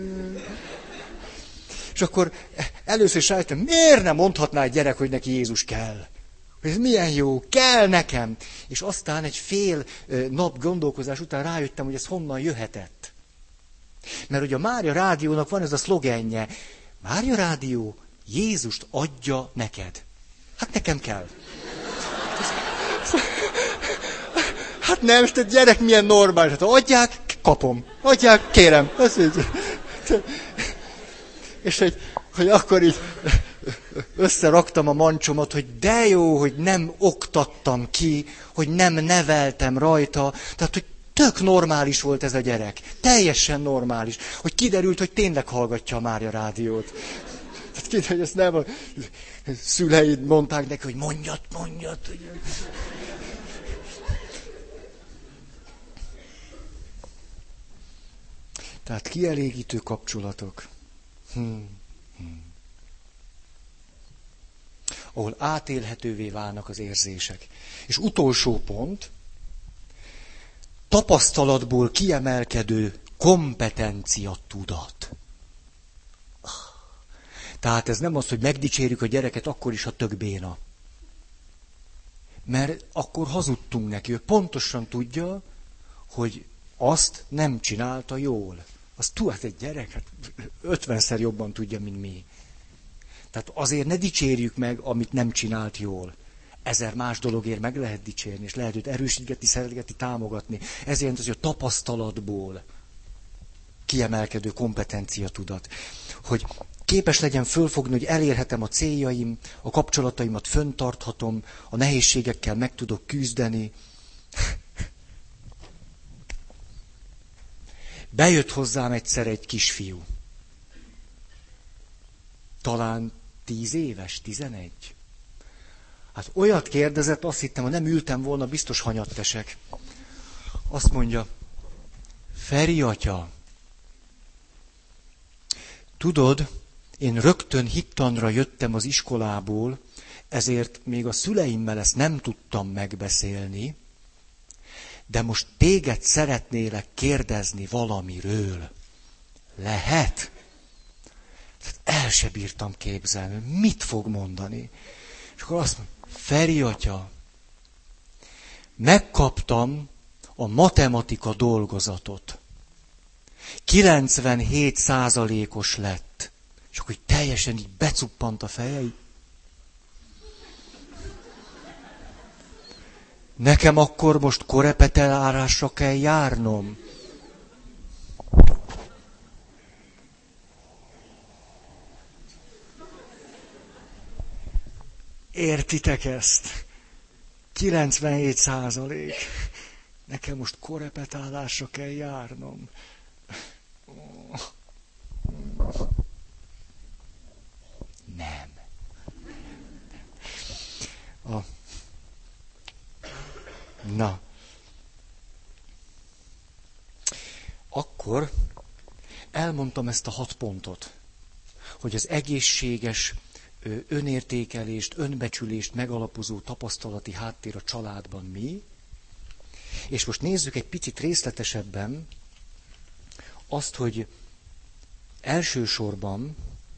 És akkor először is rájöttem, miért nem mondhatná egy gyerek, hogy neki Jézus kell? Ez milyen jó, kell nekem. És aztán egy fél nap gondolkozás után rájöttem, hogy ez honnan jöhetett. Mert ugye a Mária rádiónak van ez a szlogenje, Mária rádió, Jézust adja neked. Hát nekem kell. Hát nem, és te gyerek milyen normális. Hát adják, kapom. Adják, kérem. És hogy, hogy akkor így összeraktam a mancsomat, hogy de jó, hogy nem oktattam ki, hogy nem neveltem rajta. Tehát, hogy tök normális volt ez a gyerek. Teljesen normális. Hogy kiderült, hogy tényleg hallgatja a Mária rádiót. Tehát kiderült, hogy ezt nem a szüleid mondták neki, hogy mondjad, mondjad. Tehát kielégítő kapcsolatok. Hmm. Hmm. Ahol átélhetővé válnak az érzések. És utolsó pont, tapasztalatból kiemelkedő kompetencia tudat. Tehát ez nem az, hogy megdicsérjük a gyereket akkor is, ha tök béna. Mert akkor hazudtunk neki. Ő pontosan tudja, hogy azt nem csinálta jól. Azt tudja, hát egy gyerek hát ötvenszer jobban tudja, mint mi. Tehát azért ne dicsérjük meg, amit nem csinált jól. Ezer más dologért meg lehet dicsérni, és lehet őt erősítgetni, szeretgetni, támogatni. Ez jelent az, hogy a tapasztalatból kiemelkedő kompetencia tudat. Hogy képes legyen fölfogni, hogy elérhetem a céljaim, a kapcsolataimat fönntarthatom, a nehézségekkel meg tudok küzdeni. Bejött hozzám egyszer egy kisfiú. Talán tíz éves, tizenegy. Hát olyat kérdezett, azt hittem, ha nem ültem volna, biztos hanyattesek. Azt mondja, Feri atya, tudod, én rögtön hittanra jöttem az iskolából, ezért még a szüleimmel ezt nem tudtam megbeszélni, de most téged szeretnélek kérdezni valamiről. Lehet? El se bírtam képzelni, mit fog mondani. És akkor azt mondja, Feri atya, megkaptam a matematika dolgozatot. kilencvenhét százalékos lett. És akkor így teljesen így becuppant a feje. Így. Nekem akkor most korepetelárásra kell járnom. Értitek ezt? kilencvenhét százalék. Nekem most korepetálásra kell járnom. Nem. A... Na. Akkor elmondtam ezt a hat pontot, hogy az egészséges önértékelést, önbecsülést megalapozó tapasztalati háttér a családban mi, és most nézzük egy picit részletesebben azt, hogy elsősorban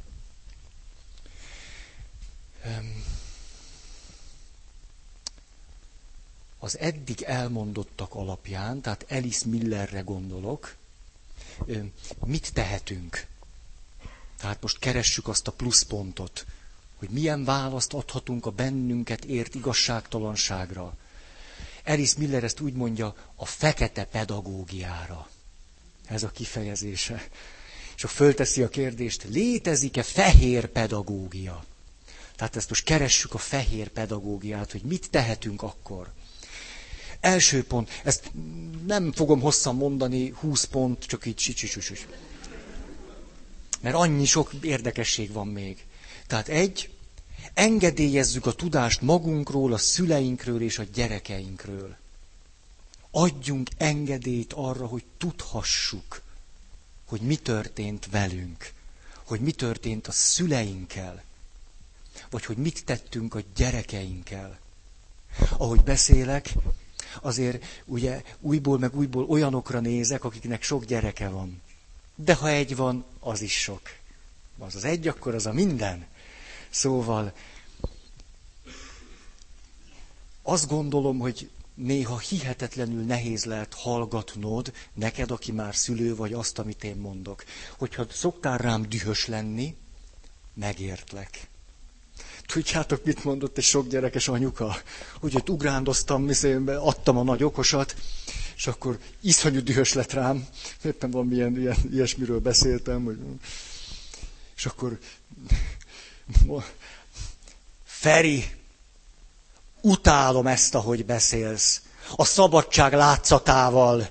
az eddig elmondottak alapján, tehát Alice Millerre gondolok, mit tehetünk. Tehát most keressük azt a pluszpontot, hogy milyen választ adhatunk a bennünket ért igazságtalanságra. Alice Miller ezt úgy mondja, a fekete pedagógiára. Ez a kifejezése. És akkor fölteszi a kérdést, létezik-e fehér pedagógia? Tehát ezt most keressük a fehér pedagógiát, hogy mit tehetünk akkor. Első pont, ezt nem fogom hosszan mondani, húsz pont, csak így sicsisüsüs. Mert annyi sok érdekesség van még. Tehát egy, engedélyezzük a tudást magunkról, a szüleinkről és a gyerekeinkről. Adjunk engedélyt arra, hogy tudhassuk, hogy mi történt velünk, hogy mi történt a szüleinkkel, vagy hogy mit tettünk a gyerekeinkkel. Ahogy beszélek, azért ugye újból meg újból olyanokra nézek, akiknek sok gyereke van. De ha egy van, az is sok. Az az egy, akkor az a minden. Szóval azt gondolom, hogy néha hihetetlenül nehéz lehet hallgatnod, neked, aki már szülő vagy, azt, amit én mondok. Hogyha szoktál rám dühös lenni, megértlek. Tudjátok, mit mondott egy sok gyerekes anyuka? Hogy ott ugrándoztam, adtam a nagy okosat, és akkor iszonyú dühös lett rám. Éppen valamilyen ilyen, ilyesmiről beszéltem. Hogy... És akkor... Feri, utálom ezt, ahogy beszélsz. A szabadság látszatával.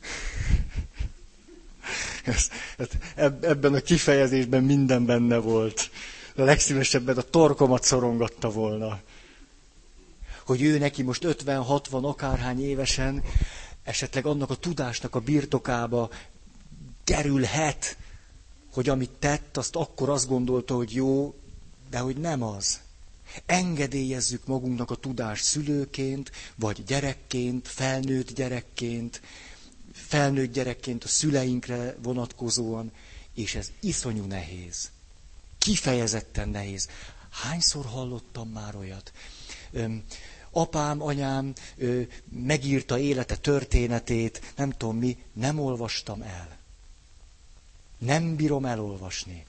Ez, ebben a kifejezésben minden benne volt. A legszívesebben a torkomat szorongatta volna. Hogy ő neki most ötven-hatvan akárhány évesen esetleg annak a tudásnak a birtokába kerülhet, hogy amit tett, azt akkor azt gondolta, hogy jó, de hogy nem az. Engedélyezzük magunknak a tudást szülőként, vagy gyerekként, felnőtt gyerekként, felnőtt gyerekként a szüleinkre vonatkozóan, és ez iszonyú nehéz. Kifejezetten nehéz. Hányszor hallottam már olyat? Öm, apám, anyám ö, megírta élete történetét, nem tudom mi, nem olvastam el. Nem bírom elolvasni.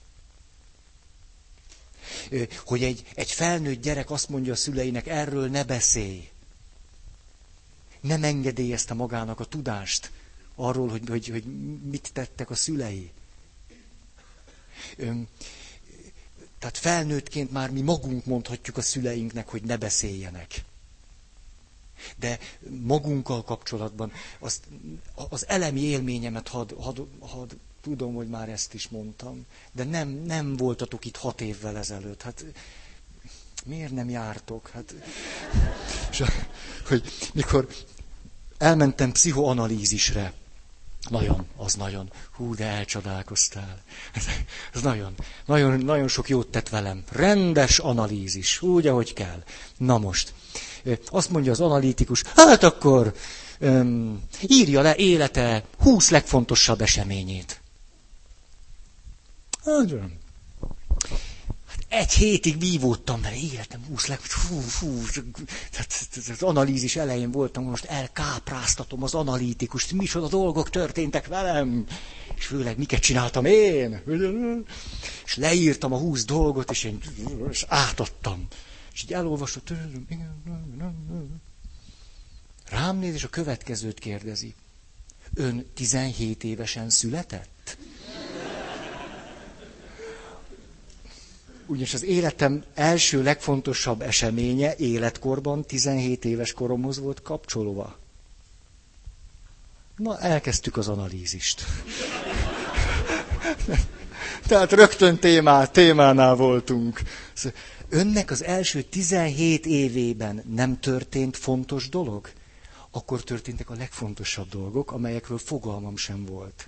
Ö, hogy egy, egy felnőtt gyerek azt mondja a szüleinek, erről ne beszélj. Nem engedélyezte magának a tudást arról, hogy, hogy, hogy mit tettek a szülei. Öm, Tehát felnőttként már mi magunk mondhatjuk a szüleinknek, hogy ne beszéljenek. De magunkkal kapcsolatban azt, az elemi élményemet hadd, had, had, tudom, hogy már ezt is mondtam, de nem, nem voltatok itt hat évvel ezelőtt. Hát miért nem jártok? Hát, és, hogy mikor elmentem pszichoanalízisre, nagyon, az nagyon. Hú, de elcsodálkoztál. Ez nagyon, nagyon, nagyon sok jót tett velem. Rendes analízis, úgy, ahogy kell. Na most, azt mondja az analitikus, hát akkor um, írja le élete húsz legfontosabb eseményét. Hát, egy hétig vívódtam vele, életem húsz leg... Fú, fú, tehát az analízis elején voltam, most elkápráztatom az analítikust, micsoda dolgok történtek velem, és főleg miket csináltam én, és leírtam a húsz dolgot, és én és átadtam. És így elolvasott, rám néz, és a következőt kérdezi. Ön tizenhét évesen született? Ugyanis az életem első legfontosabb eseménye életkorban, tizenhét éves koromhoz volt kapcsolva. Na, elkezdtük az analízist. Tehát rögtön témá, témánál voltunk. Önnek az első tizenhét évében nem történt fontos dolog? Akkor történtek a legfontosabb dolgok, amelyekről fogalmam sem volt.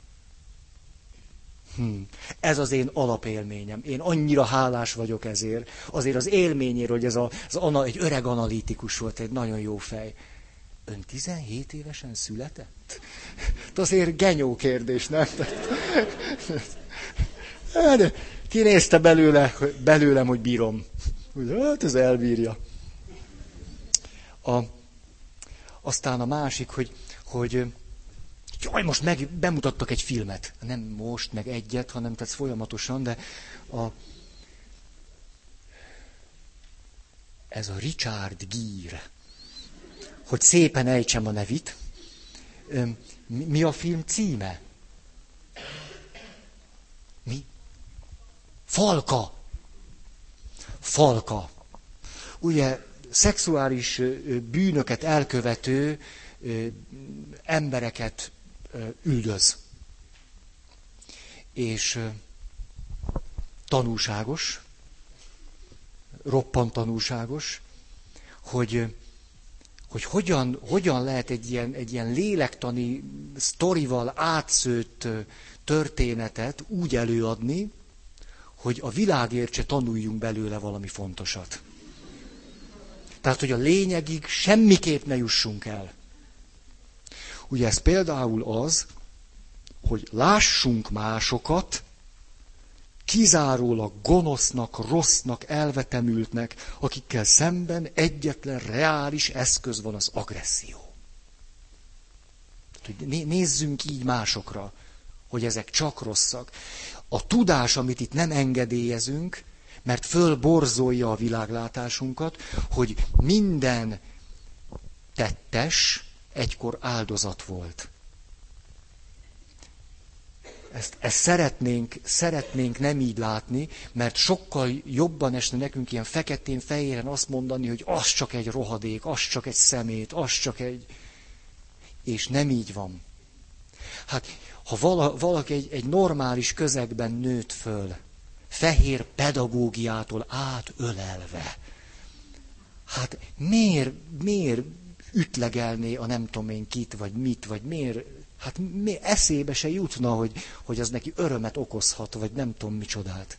Hm. Ez az én alapélményem. Én annyira hálás vagyok ezért. Azért az élményért, hogy ez a, az ana, egy öreg analitikus volt, egy nagyon jó fej. Ön tizenhét évesen született? Azért genyó kérdés, nem? De kinézte belőle, belőlem, hogy bírom. Hát ez elbírja. A, aztán a másik, hogy, hogy jaj, most meg bemutattak egy filmet. Nem most, meg egyet, hanem tehát folyamatosan, de a, ez a Richard Gere. Hogy szépen ejtsem a nevét. Mi, mi a film címe? Mi? Falka. Falka. Ugye, szexuális bűnöket elkövető embereket üldöz. És tanúságos, roppant tanúságos, hogy, hogy hogyan, hogyan lehet egy ilyen, egy ilyen lélektani sztorival átszőtt történetet úgy előadni, hogy a világért se tanuljunk belőle valami fontosat. Tehát, hogy a lényegig semmiképp ne jussunk el. Ugye ez például az, hogy lássunk másokat, kizárólag gonosznak, rossznak, elvetemültnek, akikkel szemben egyetlen reális eszköz van, az agresszió. Tehát, hogy nézzünk így másokra, hogy ezek csak rosszak. A tudás, amit itt nem engedélyezünk, mert fölborzolja a világlátásunkat, hogy minden tettes egykor áldozat volt. Ezt, ezt szeretnénk, szeretnénk nem így látni, mert sokkal jobban esne nekünk ilyen feketén-fehéren azt mondani, hogy az csak egy rohadék, az csak egy szemét, az csak egy... És nem így van. Hát, ha vala, valaki egy, egy normális közegben nőtt föl, fehér pedagógiától átölelve, hát miért, miért ütlegelné a nem tudom én kit, vagy mit, vagy miért, hát miért eszébe se jutna, hogy, hogy az neki örömet okozhat, vagy nem tudom micsodát.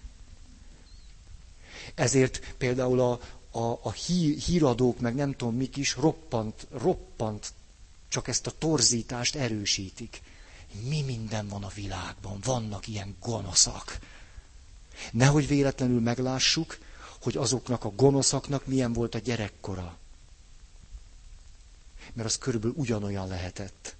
Ezért például a, a, a hí, híradók, meg nem tudom mik is roppant, roppant csak ezt a torzítást erősítik. Mi minden van a világban, vannak ilyen gonoszak. Nehogy véletlenül meglássuk, hogy azoknak a gonoszaknak milyen volt a gyerekkora. Mert az körülbelül ugyanolyan lehetett.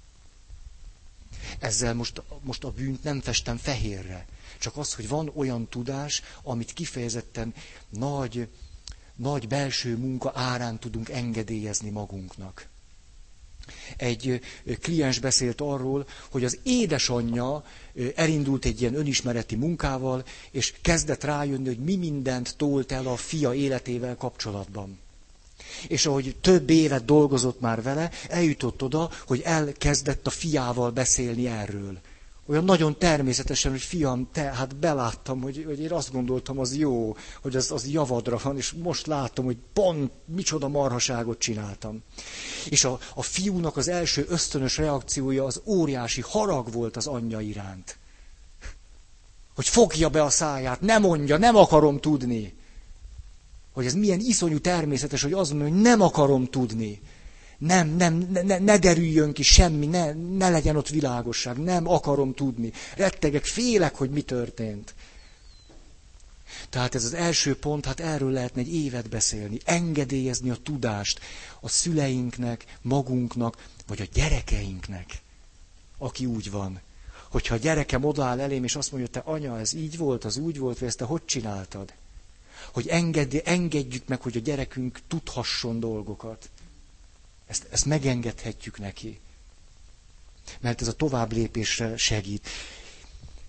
Ezzel most, most a bűnt nem festem fehérre. Csak az, hogy van olyan tudás, amit kifejezetten nagy, nagy belső munka árán tudunk engedélyezni magunknak. Egy kliens beszélt arról, hogy az édesanyja elindult egy ilyen önismereti munkával, és kezdett rájönni, hogy mi mindent tolt el a fia életével kapcsolatban. És ahogy több évet dolgozott már vele, eljutott oda, hogy elkezdett a fiával beszélni erről. Olyan nagyon természetesen, hogy fiam, te, hát beláttam, hogy, hogy én azt gondoltam, az jó, hogy az, az javadra van, és most látom, hogy pont micsoda marhaságot csináltam. És a, a fiúnak az első ösztönös reakciója az óriási harag volt az anyja iránt. Hogy fogja be a száját, ne mondja, nem akarom tudni. Hogy ez milyen iszonyú természetes, hogy azt mondja, hogy nem akarom tudni. Nem, nem, ne, ne derüljön ki semmi, ne, ne legyen ott világosság, nem akarom tudni. Rettegek, félek, hogy mi történt. Tehát ez az első pont, hát erről lehetne egy évet beszélni. Engedélyezni a tudást a szüleinknek, magunknak, vagy a gyerekeinknek, aki úgy van. Hogyha a gyerekem odaáll elém, és azt mondja, te anya, ez így volt, az úgy volt, vagy ezt te hogy csináltad? Hogy enged, engedjük meg, hogy a gyerekünk tudhasson dolgokat. Ezt, ezt megengedhetjük neki. Mert ez a tovább lépésre segít.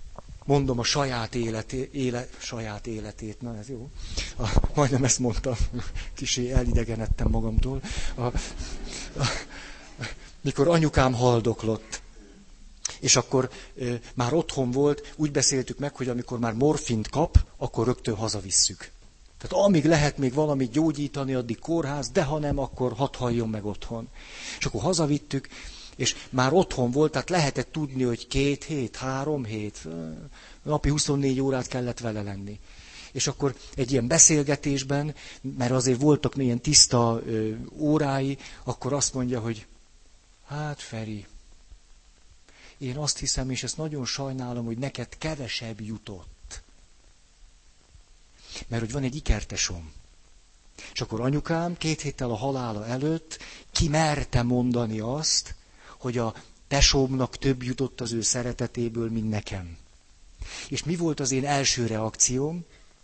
mondom a saját, életé, éle, saját életét, na ez jó, a, majdnem ezt mondtam, kicsi elidegenedtem magamtól, a, a, mikor anyukám haldoklott, és akkor e, már otthon volt, úgy beszéltük meg, hogy amikor már morfint kap, akkor rögtön hazavisszük. Tehát amíg lehet még valamit gyógyítani, addig kórház, de ha nem, akkor hadd halljon meg otthon. És akkor hazavittük, és már otthon volt, tehát lehetett tudni, hogy két hét, három hét, napi huszonnégy órát kellett vele lenni. És akkor egy ilyen beszélgetésben, mert azért voltak ilyen tiszta ö, órái, akkor azt mondja, hogy hát Feri, én azt hiszem, és ezt nagyon sajnálom, hogy neked kevesebb jutott. Mert hogy van egy ikertesom. És akkor anyukám két héttel a halála előtt kimerte mondani azt, hogy a tesómnak több jutott az ő szeretetéből, mint nekem. És mi volt az én első reakcióm?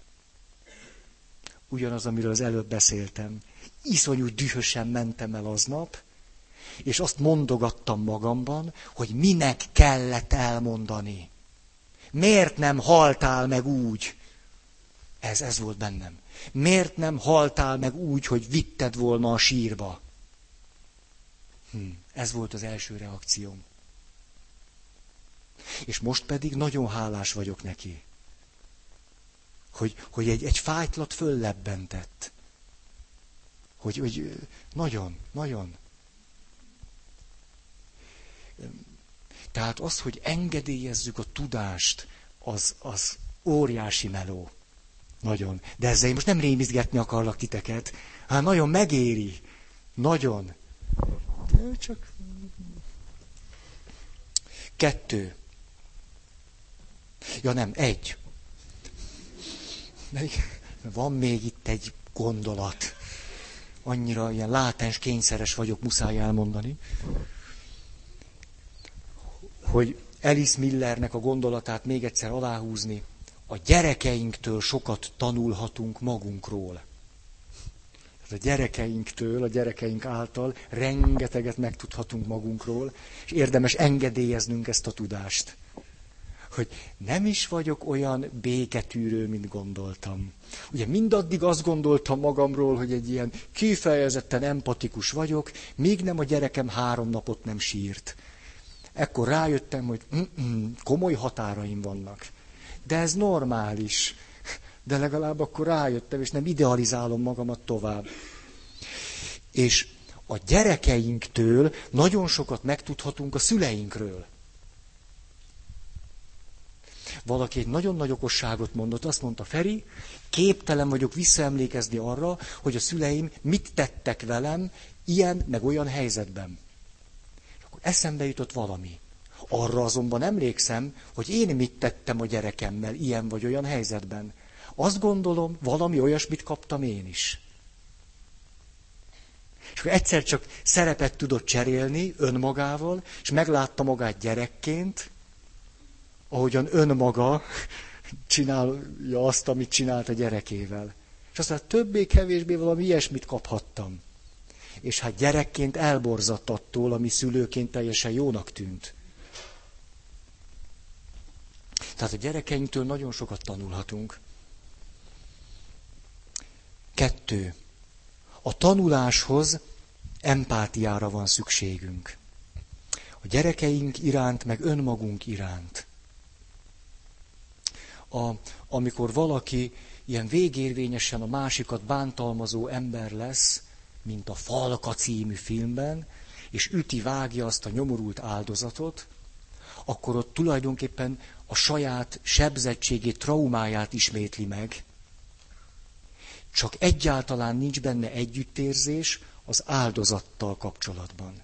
Ugyanaz, amiről az előbb beszéltem. Iszonyú dühösen mentem el aznap, és azt mondogattam magamban, hogy minek kellett elmondani. Miért nem haltál meg úgy? Ez, ez volt bennem. Miért nem haltál meg úgy, hogy vitted volna a sírba? Hm, ez volt az első reakcióm. És most pedig nagyon hálás vagyok neki, hogy, hogy egy, egy fájtlat föllebbentett. Hogy, hogy nagyon, nagyon. Tehát az, hogy engedélyezzük a tudást, az, az óriási meló. Nagyon. De ezzel én most nem rémizgetni akarlak titeket. Hát nagyon megéri. Nagyon. De csak... Kettő. Ja nem, egy. Van még itt egy gondolat. Annyira ilyen látens, kényszeres vagyok, muszáj elmondani. Hogy Alice Millernek a gondolatát még egyszer aláhúzni. A gyerekeinktől sokat tanulhatunk magunkról. A gyerekeinktől, a gyerekeink által rengeteget megtudhatunk magunkról, és érdemes engedélyeznünk ezt a tudást. Hogy nem is vagyok olyan béketűrő, mint gondoltam. Ugye mindaddig azt gondoltam magamról, hogy egy ilyen kifejezetten empatikus vagyok, míg nem a gyerekem három napot nem sírt. Ekkor rájöttem, hogy komoly határaim vannak. De ez normális. De legalább akkor rájöttem, és nem idealizálom magamat tovább. És a gyerekeinktől nagyon sokat megtudhatunk a szüleinkről. Valaki egy nagyon nagy okosságot mondott, azt mondta, Feri, képtelen vagyok visszaemlékezni arra, hogy a szüleim mit tettek velem ilyen meg olyan helyzetben. És akkor eszembe jutott valami. Arra azonban emlékszem, hogy én mit tettem a gyerekemmel ilyen vagy olyan helyzetben. Azt gondolom, valami olyasmit kaptam én is. És akkor egyszer csak szerepet tudott cserélni önmagával, és meglátta magát gyerekként, ahogyan önmaga csinálja azt, amit csinált a gyerekével. És aztán többé-kevésbé valami ilyesmit kaphattam. És hát gyerekként elborzadt attól, ami szülőként teljesen jónak tűnt. Tehát a gyerekeinktől nagyon sokat tanulhatunk. Kettő. A tanuláshoz empátiára van szükségünk. A gyerekeink iránt, meg önmagunk iránt. A, amikor valaki ilyen végérvényesen a másikat bántalmazó ember lesz, mint a Falka című filmben, és üti, vágja azt a nyomorult áldozatot, akkor ott tulajdonképpen a saját sebzettségét, traumáját ismétli meg, csak egyáltalán nincs benne együttérzés az áldozattal kapcsolatban.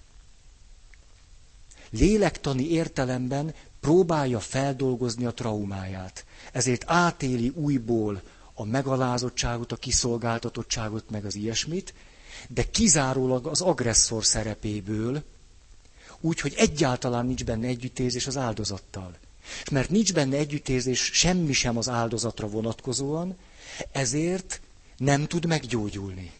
Lélektani értelemben próbálja feldolgozni a traumáját. Ezért átéli újból a megalázottságot, a kiszolgáltatottságot, meg az ilyesmit, de kizárólag az agresszor szerepéből, úgyhogy egyáltalán nincs benne együttérzés az áldozattal. És mert nincs benne együttérzés semmi sem az áldozatra vonatkozóan, ezért nem tud meggyógyulni.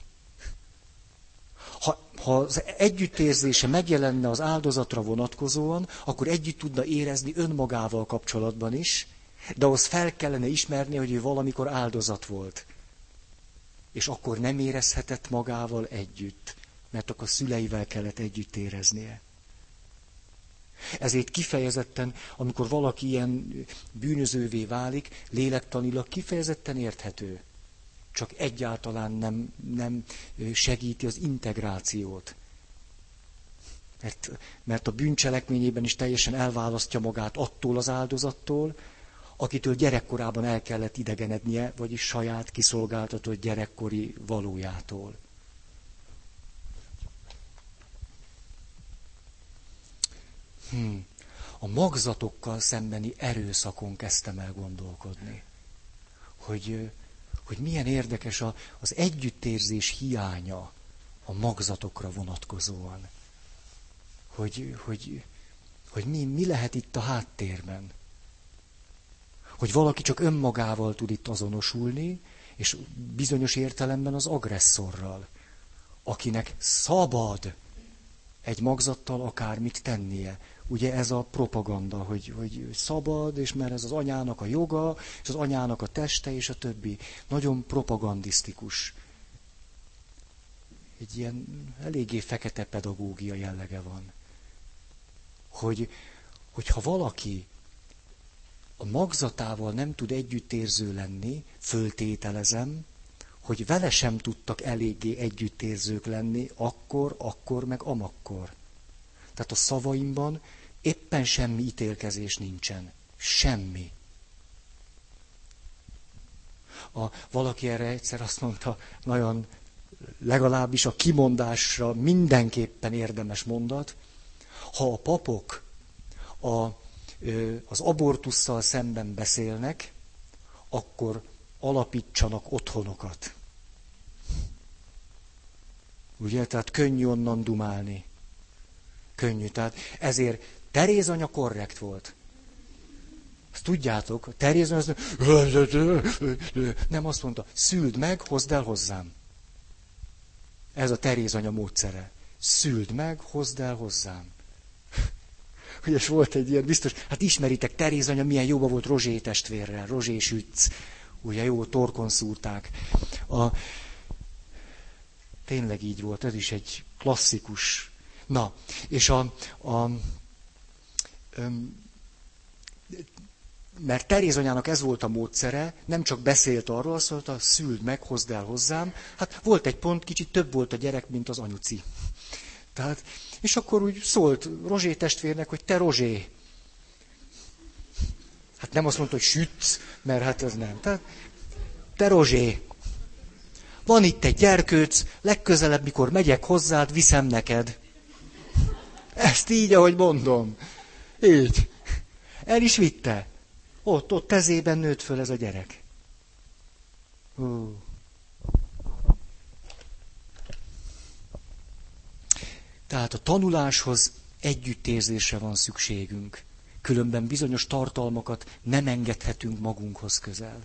Ha, ha az együttérzése megjelenne az áldozatra vonatkozóan, akkor együtt tudna érezni önmagával kapcsolatban is, De ahhoz fel kellene ismerni, hogy ő valamikor áldozat volt. És akkor nem érezhetett magával együtt, mert akkor a szüleivel kellett együtt éreznie. Ezért kifejezetten, amikor valaki ilyen bűnözővé válik, lélektanilag kifejezetten érthető. Csak egyáltalán nem, nem segíti az integrációt. Mert, mert a bűncselekményében is teljesen elválasztja magát attól az áldozattól, akitől gyerekkorában el kellett idegenednie, vagyis saját kiszolgáltatott gyerekkori valójától. Hmm. A magzatokkal szembeni erőszakon kezdtem el gondolkodni. Hogy, hogy milyen érdekes a, az együttérzés hiánya a magzatokra vonatkozóan. Hogy, hogy, hogy mi, mi lehet itt a háttérben. Hogy valaki csak önmagával tud itt azonosulni, és bizonyos értelemben az agresszorral, akinek szabad egy magzattal akármit tennie. Ugye ez a propaganda, hogy, hogy szabad, és mert ez az anyának a joga, és az anyának a teste, és a többi. Nagyon propagandisztikus. Egy ilyen eléggé fekete pedagógia jellege van. Hogy, hogyha valaki a magzatával nem tud együttérző lenni, föltételezem, hogy vele sem tudtak eléggé együttérzők lenni, akkor, akkor, meg amakkor. Tehát a szavaimban éppen semmi ítélkezés nincsen. Semmi. A, valaki erre egyszer azt mondta, nagyon legalábbis a kimondásra mindenképpen érdemes mondat, ha a papok a, az abortusszal szemben beszélnek, akkor alapítsanak otthonokat. Ugye? Tehát könnyű onnan dumálni. Könnyű. Tehát ezért Teréz anya korrekt volt. Azt tudjátok, Teréz anya azt mondja, nem azt mondta, szüld meg, hozd el hozzám. Ez a Teréz anya módszere. Szüld meg, hozd el hozzám. Ugye volt egy ilyen, biztos, hát ismeritek, Teréz anya milyen jóba volt Rozsé testvérrel, Rozsé Sütz. Ugye jó, torkon szúrták. A, tényleg így volt, ez is egy klasszikus. Na, és a, a öm, mert Teréz anyának ez volt a módszere, nem csak beszélt arról, azt mondta, szüld meg, hozd el hozzám. Hát volt egy pont, kicsit több volt a gyerek, mint az anyuci. Tehát, és akkor úgy szólt Rozsé testvérnek, hogy te Rozsé. Hát nem azt mondta, hogy sütsz, mert hát ez nem. Tehát, te Rozsé, van itt egy gyerkőc, legközelebb, mikor megyek hozzád, viszem neked. Ezt így, ahogy mondom. Így. El is vitte. Ott, ott tezében nőtt föl ez a gyerek. Hú. Tehát a tanuláshoz együttérzésre van szükségünk. Különben bizonyos tartalmakat nem engedhetünk magunkhoz közel.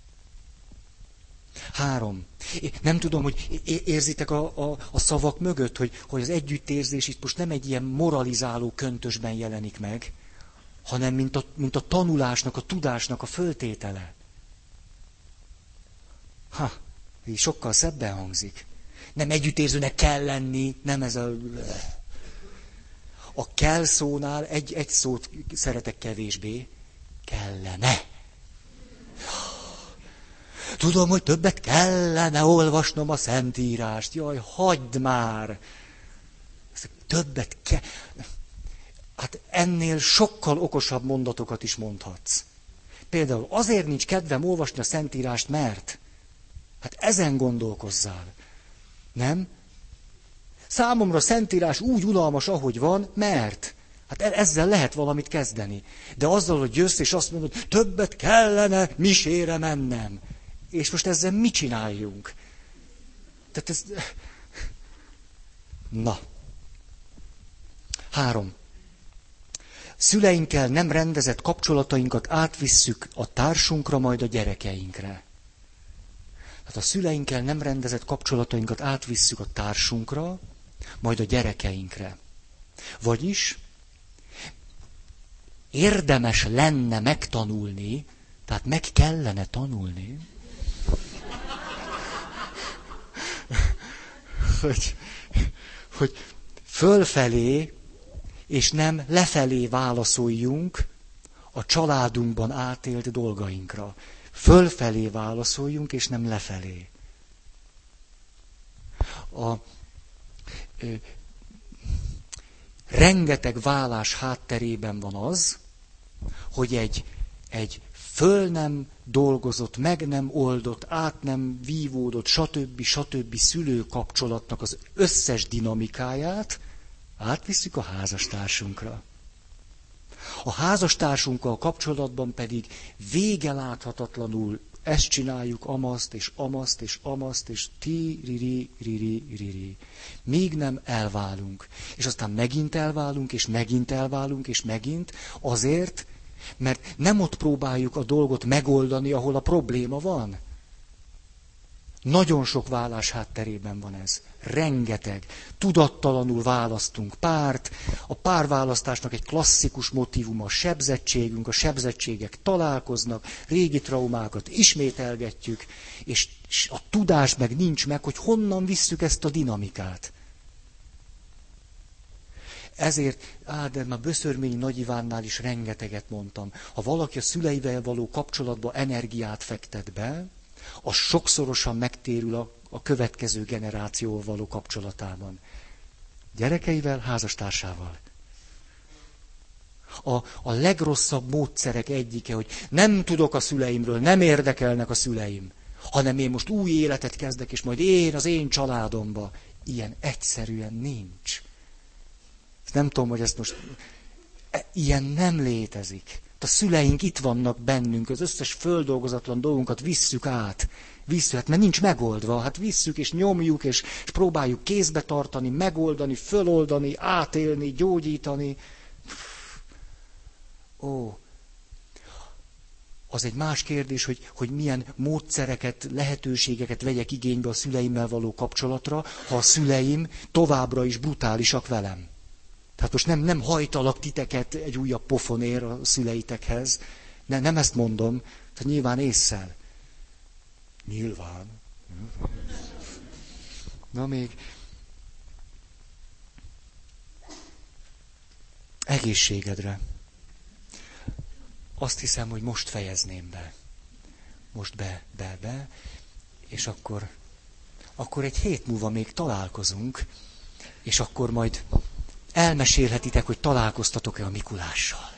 Három. Nem tudom, hogy érzitek a, a, a szavak mögött, hogy, hogy az együttérzés itt most nem egy ilyen moralizáló köntösben jelenik meg, hanem mint a, mint a tanulásnak, a tudásnak a föltétele. Ha, így sokkal szebben hangzik. Nem együttérzőnek kell lenni, nem ez a... A kell szónál egy, egy szót szeretek kevésbé. Kellene. Tudom, hogy többet kellene olvasnom a Szentírást. Jaj, hagyd már! Többet kell... Hát ennél sokkal okosabb mondatokat is mondhatsz. Például azért nincs kedvem olvasni a Szentírást, mert... Hát ezen gondolkozzál. Nem? Számomra a Szentírás úgy unalmas, ahogy van, mert... Hát ezzel lehet valamit kezdeni. De azzal, hogy jössz és azt mondod, többet kellene misére mennem. És most ezzel mit csináljunk? Tehát ez... Na. Három. Szüleinkkel nem rendezett kapcsolatainkat átvisszük a társunkra, majd a gyerekeinkre. Tehát a szüleinkkel nem rendezett kapcsolatainkat átvisszük a társunkra, majd a gyerekeinkre. Vagyis érdemes lenne megtanulni, Tehát meg kellene tanulni, hogy, hogy fölfelé és nem lefelé válaszoljunk a családunkban átélt dolgainkra. Fölfelé válaszoljunk, és nem lefelé. A, ö, rengeteg válás hátterében van az, hogy egy, egy föl nem dolgozott, meg nem oldott, át nem vívódott, stb. stb. Szülőkapcsolatnak az összes dinamikáját átvisszük a házastársunkra. A házastársunkkal kapcsolatban pedig vége láthatatlanul ezt csináljuk, amaszt, és amaszt, és amaszt, és ti, riri, riri, riri. Míg nem elválunk. És aztán megint elválunk, és megint elválunk, és megint azért, mert nem ott próbáljuk a dolgot megoldani, ahol a probléma van. Nagyon sok válás hátterében van ez. Rengeteg. Tudattalanul választunk párt. A párválasztásnak egy klasszikus motívuma a sebzettségünk, a sebzettségek találkoznak, régi traumákat ismételgetjük, és a tudás meg nincs meg, hogy honnan visszük ezt a dinamikát. Ezért, á, de már Böszörményi Nagy Ivánnál is rengeteget mondtam. Ha valaki a szüleivel való kapcsolatba energiát fektet be, az sokszorosan megtérül a, a következő generációval való kapcsolatában. Gyerekeivel, házastársával. A, a legrosszabb módszerek egyike, hogy nem tudok a szüleimről, nem érdekelnek a szüleim, hanem én most új életet kezdek, és majd én az én családomba. Ilyen egyszerűen nincs. Nem tudom, hogy ezt most... Ilyen nem létezik. A szüleink itt vannak bennünk, az összes földolgozatlan dolgunkat visszük át. Visszük, hát mert nincs megoldva. Hát visszük és nyomjuk, és, és próbáljuk kézbe tartani, megoldani, föloldani, átélni, gyógyítani. Ó. Az egy más kérdés, hogy, hogy milyen módszereket, lehetőségeket vegyek igénybe a szüleimmel való kapcsolatra, ha a szüleim továbbra is brutálisak velem. Tehát most nem, nem hajtalak titeket egy újabb pofonér a szüleitekhez. Ne, nem ezt mondom, tehát nyilván ésszel. Nyilván. Na még. Egészségedre. Azt hiszem, hogy most fejezném be. Most be, be, be. És akkor, akkor egy hét múlva még találkozunk, és akkor majd elmesélhetitek, hogy találkoztatok-e a Mikulással.